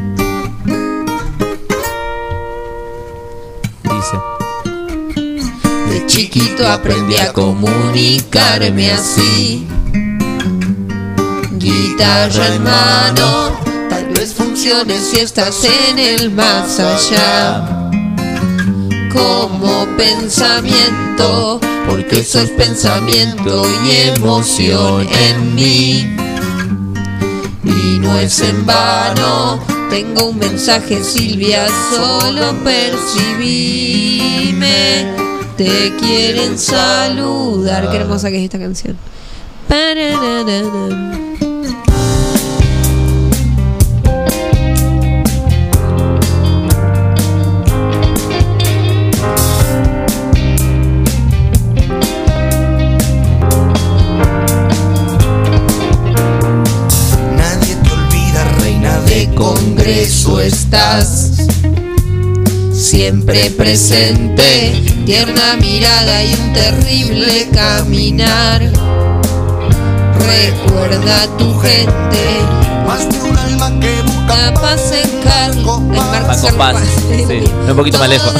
Dice: de chiquito aprendí a comunicarme así. Guitarra en mano, tal vez funcione si estás en el más allá. Como pensamiento, porque sos pensamiento y emoción en mí. Y no es en vano, tengo un mensaje, Silvia, solo percibime. Te quieren saludar. Qué hermosa que es esta canción. Parararara. Congreso estás siempre presente, tierna mirada y un terrible caminar. Recuerda a tu gente, más de un alma que busca paz en carne. Marco Paz, sí, un poquito más lejos.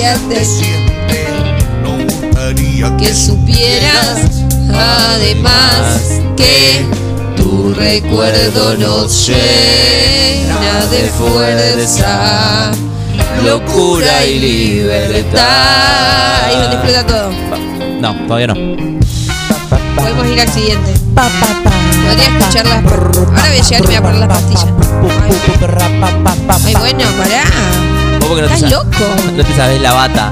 Que supieras además que tu recuerdo nos llena de fuerza, locura y libertad. Ahí donde explota todo. No, todavía no. Podemos ir al siguiente. Podría escucharlas. Ahora voy a llegar y me voy a poner las pastillas. Ay, bueno, pará. ¿Vos porque no ¿Estás te loco? No te sabes la bata.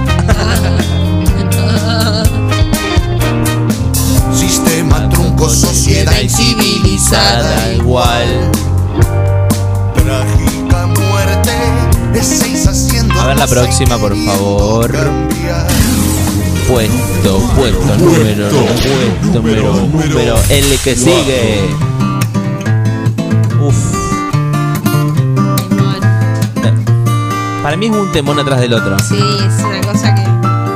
Sistema trunco, sociedad incivilizada igual. Trágica muerte, estáis haciendo. A ver la próxima, por favor. puesto, puesto número, puesto número, número, el que sigue. Uf. Para mí es un temón atrás del otro. Sí, es una cosa que...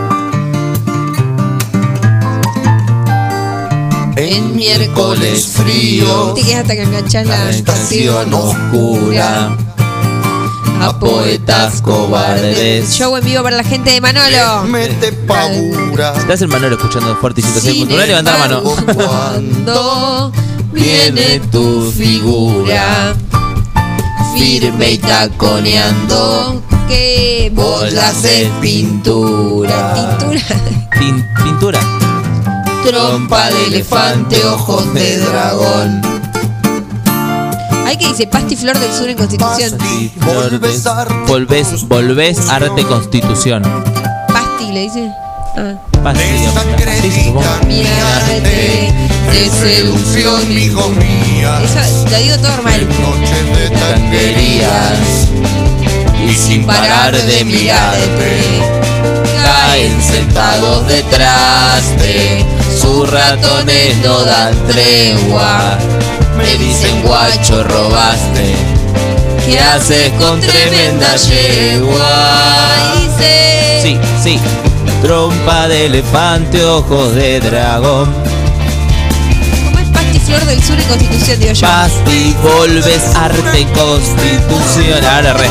En miércoles frío, Viste que es hasta que enganchás la estación oscura, a poetas cobardes. Show en vivo para la gente de Manolo. mete pavura. Si estás el Manolo escuchando Forti ciento seis punto nueve, levanta la mano. Cuando viene tu figura, firme y taconeando, que vos la haces pintura. Pintura. Pin- pintura. Trompa de elefante, ojos de dragón. Hay que dice Pasti Flor del Sur en Constitución. Volvés, volvés, volvés arte constitución. Pasti le dice. Ah. Pasti, Pasti, supongo. Mi arte de seducción, hijo mía. Eso lo digo todo normal. Noches de tanguerías Y sin parar de mirarte, caen sentados detrás de sus ratones, no dan tregua. Me dicen guacho, robaste. ¿Qué haces con tremenda yegua? Dice. Sí, sí. Trompa de elefante, ojos de dragón. ¿Cómo es Pasti Flor del Sur en Constitución, digo yo? Pasti, volves arte constitución. Ahora re.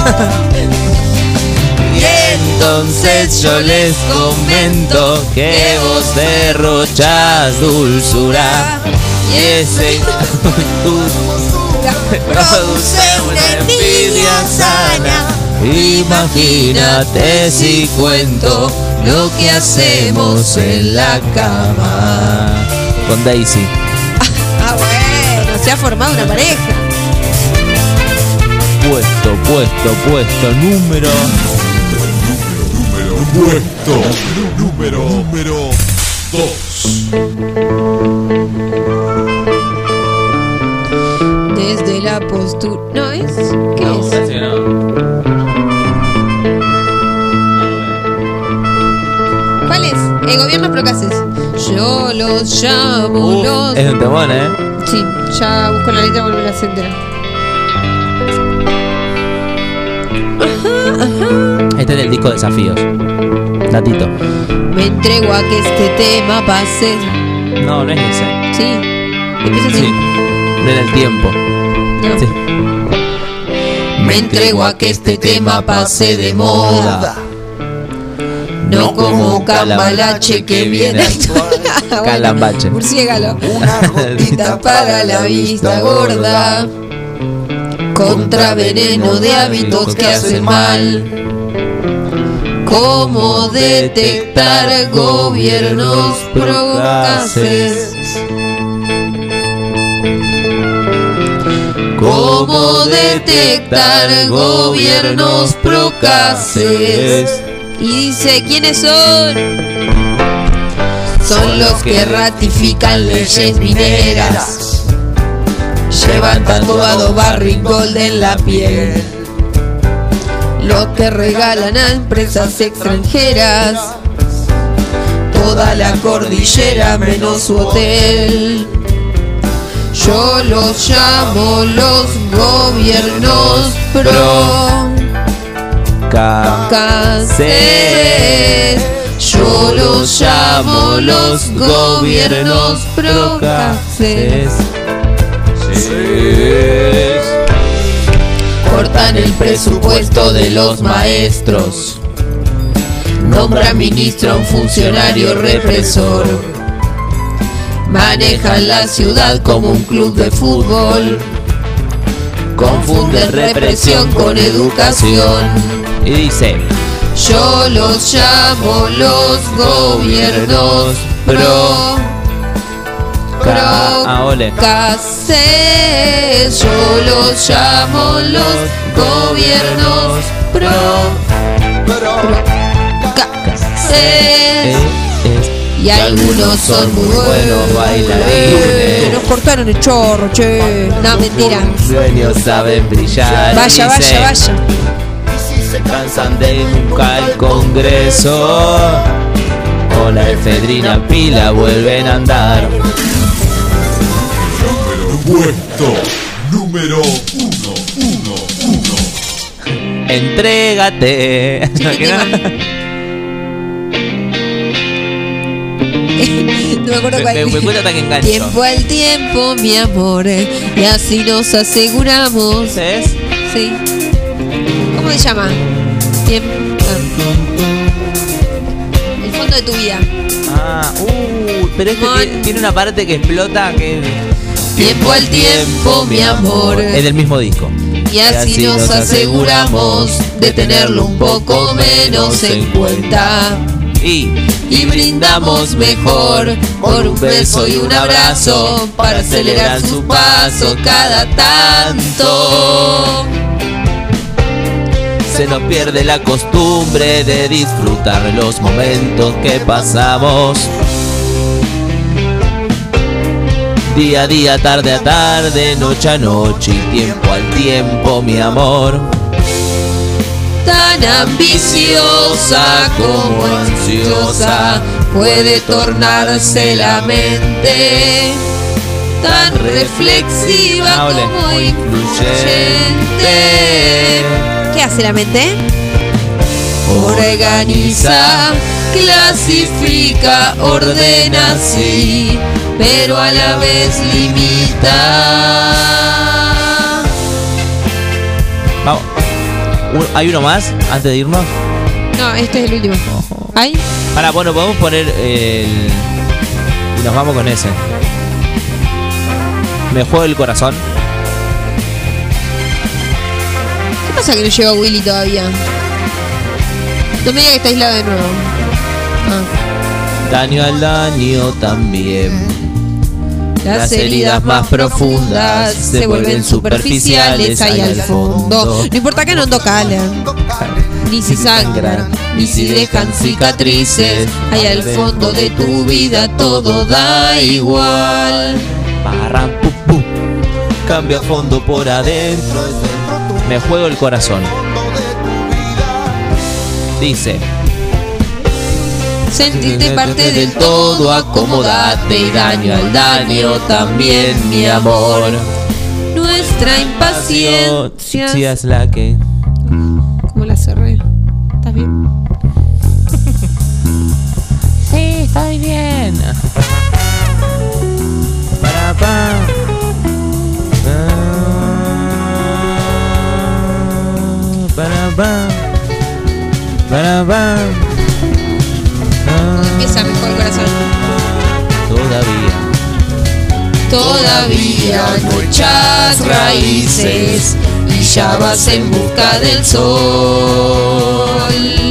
Y entonces yo les comento que vos derrochás dulzura. Y ese produce una envidia sana. Imagínate si cuento lo que hacemos en la cama. Con Daisy. Ah, bueno, se ha formado una pareja. Puesto, puesto, puesto, número. Puesto número, número dos. Desde la postura. ¿No es? ¿Qué No, es? parece que no. ¿Cuál es? El gobierno Procases. Yo los llamo, los. Es un temón, ¿eh? Sí, ya busco la letra porque me la sé entera. Este es del disco Desafíos. Datito. Me entrego a que este tema pase. No, no es ese. Sí. Empieza así. Sí. No era el tiempo. No. Sí. Me entrego a que este tema pase de moda. No como Cambalache que viene a Calambache. Murciégalo. Gotita para la vista gorda. Contra veneno de hábitos que hacen mal. ¿Cómo detectar gobiernos procaces? ¿Cómo detectar gobiernos procaces? Y dice, ¿quiénes son? Son los que ratifican leyes mineras. Llevan tatuado Barrick Gold en la piel. Los que regalan a empresas extranjeras toda la cordillera menos su hotel. Yo los llamo los gobiernos pro Cases. Yo los llamo los gobiernos pro Cases. Cortan el presupuesto de los maestros. Nombran ministro a un funcionario represor. Manejan la ciudad como un club de fútbol. Confunden represión con educación. Y dice: yo los llamo los gobiernos pro Ah, ole. Cases. Yo los llamo los gobiernos pro Cases. Y algunos son muy buenos bailarines. Nos cortaron el chorro, che. No, mentira. Sueños saben brillar. Vaya, Dice, vaya, vaya. se cansan de nunca el Congreso. con la efedrina pila vuelven a andar. Puesto número uno, uno, uno. Entrégate. No me acuerdo Me, cuál. me, me cuenta hasta que engancho. Tiempo al tiempo, mi amor, y así nos aseguramos. ¿Sabes? Sí. ¿Cómo se llama? Tiempo. El fondo de tu vida. Ah, uh, pero este tiene, tiene una parte que explota que. Tiempo al tiempo, mi amor. Es del mismo disco. Y así nos aseguramos de tenerlo un poco menos en cuenta. Y, y brindamos mejor por un beso y un abrazo para acelerar su paso cada tanto. Se nos pierde la costumbre de disfrutar los momentos que pasamos. Día a día, tarde a tarde, noche a noche y tiempo al tiempo, mi amor. Tan ambiciosa como ansiosa puede tornarse la mente, tan reflexiva Ah, ole. como influyente. ¿Qué hace la mente? Organiza, clasifica, ordena, sí, pero a la vez limita. Vamos. Un- ¿Hay uno más antes de irnos? No, este es el último. ¿Hay? Para, bueno, podemos poner el. Y nos vamos con ese. Me juego el corazón. ¿Qué pasa que no llegó Willy todavía? No me diga que está aislado de nuevo. Ah. Daño al daño también. Las heridas más profundas se vuelven superficiales ahí al fondo. No importa que no tocalan, ni si sangran, ni si dejan cicatrices. Ahí al fondo de tu vida todo da igual. Parram, pu, pu. Cambio a fondo por adentro. Me juego el corazón. Dice. Sentiste parte del todo, acomodate y daño al daño también, mi amor. Nuestra impaciencia. Sí, es la que. ¿Cómo la cerré? ¿Estás bien? Sí, estoy bien. Para pa. Para pa. Para pa. Empieza mejor el corazón. Todavía. Todavía no echas raíces y ya vas en busca del sol.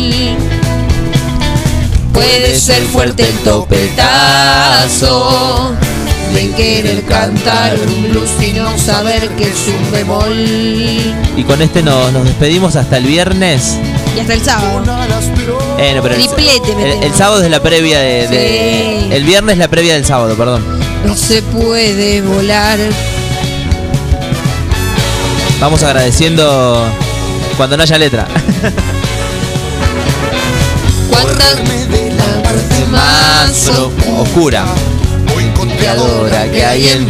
Puede ser fuerte el topetazo de querer cantar un blues y no saber que es un bemol. Y con este nos, nos despedimos hasta el viernes. Y hasta el sábado. Eh, no, pero el, Triplete el, metemos. el sábado es la previa de, de- Sí. El viernes es la previa del sábado, perdón. No se puede volar. Vamos agradeciendo cuando no haya letra. Cuánta la parte más Oscura. confiadora que hay en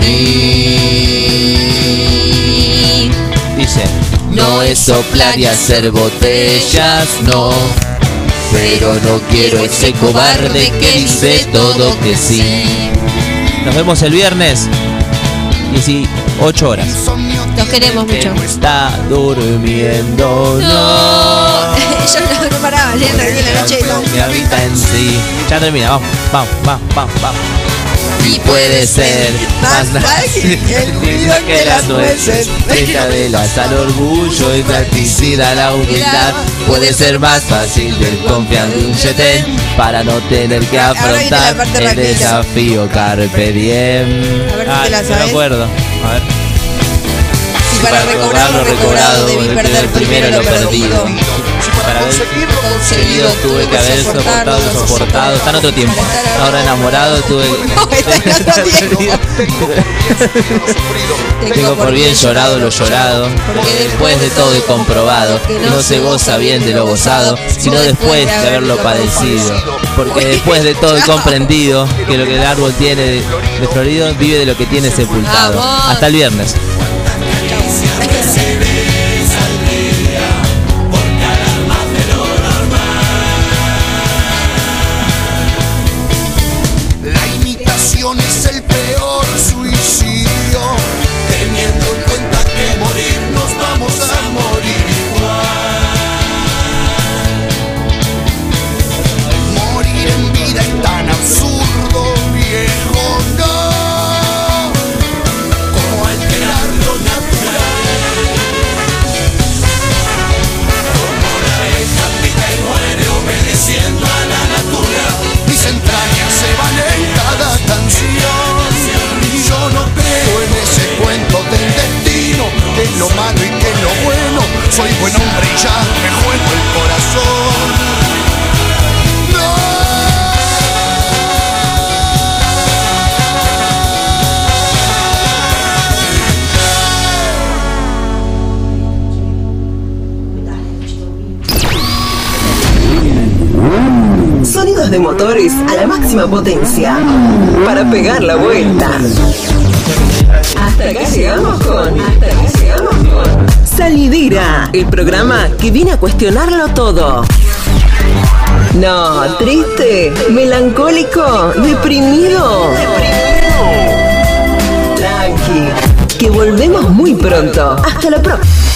mí. Dice. No es soplar y hacer botellas, no. Pero no quiero ese cobarde que dice todo que sí. Nos vemos el viernes. dieciocho horas. Los queremos mucho. Está durmiendo. No. Yo no, no paraba, leyendo aquí en la noche. No. Me habita en sí. Ya termina, vamos, vamos, vamos, vamos, vamos. Y puede ser más fácil el ruido que las nueces. Deja de las al orgullo y practicida la humildad. Puede ser más fácil desconfiar de un chetén para no tener que Ahora viene la afrontar parte el rapidita. desafío carpe diem. A ver si Ay, te la no sabes. me acuerdo. A ver. Si para recobrar lo recobrado debí perder primero lo perdido. Si para haber conseguido tuve que haber soportado lo soportado. Está en otro tiempo. Ahora enamorado tuve. Tengo por bien llorado lo llorado. Porque después de todo he comprobado que no se goza bien de lo gozado, sino después de haberlo padecido. Porque después de todo he comprendido que lo que el árbol tiene de, de florido vive de lo que tiene sepultado. Hasta el viernes. La imitación es el peor suicidio, teniendo en cuenta que morir nos vamos a morir igual. Morir en vida es tan absurdo, viejo, no, como alterar lo natural. Como la abeja pica y muere obedeciendo a la natura, mis entrañas se van en cada canción. Y yo no creo en ese cuento del destino, que es lo malo y que es lo bueno. Soy buen hombre y ya me juego el corazón. Sonidos de motores a la máxima potencia para pegar la vuelta. Hasta acá llegamos con, hasta acá llegamos con Salidera, el programa que viene a cuestionarlo todo. No, triste, melancólico, deprimido. Tranqui, que volvemos muy pronto. Hasta la próxima.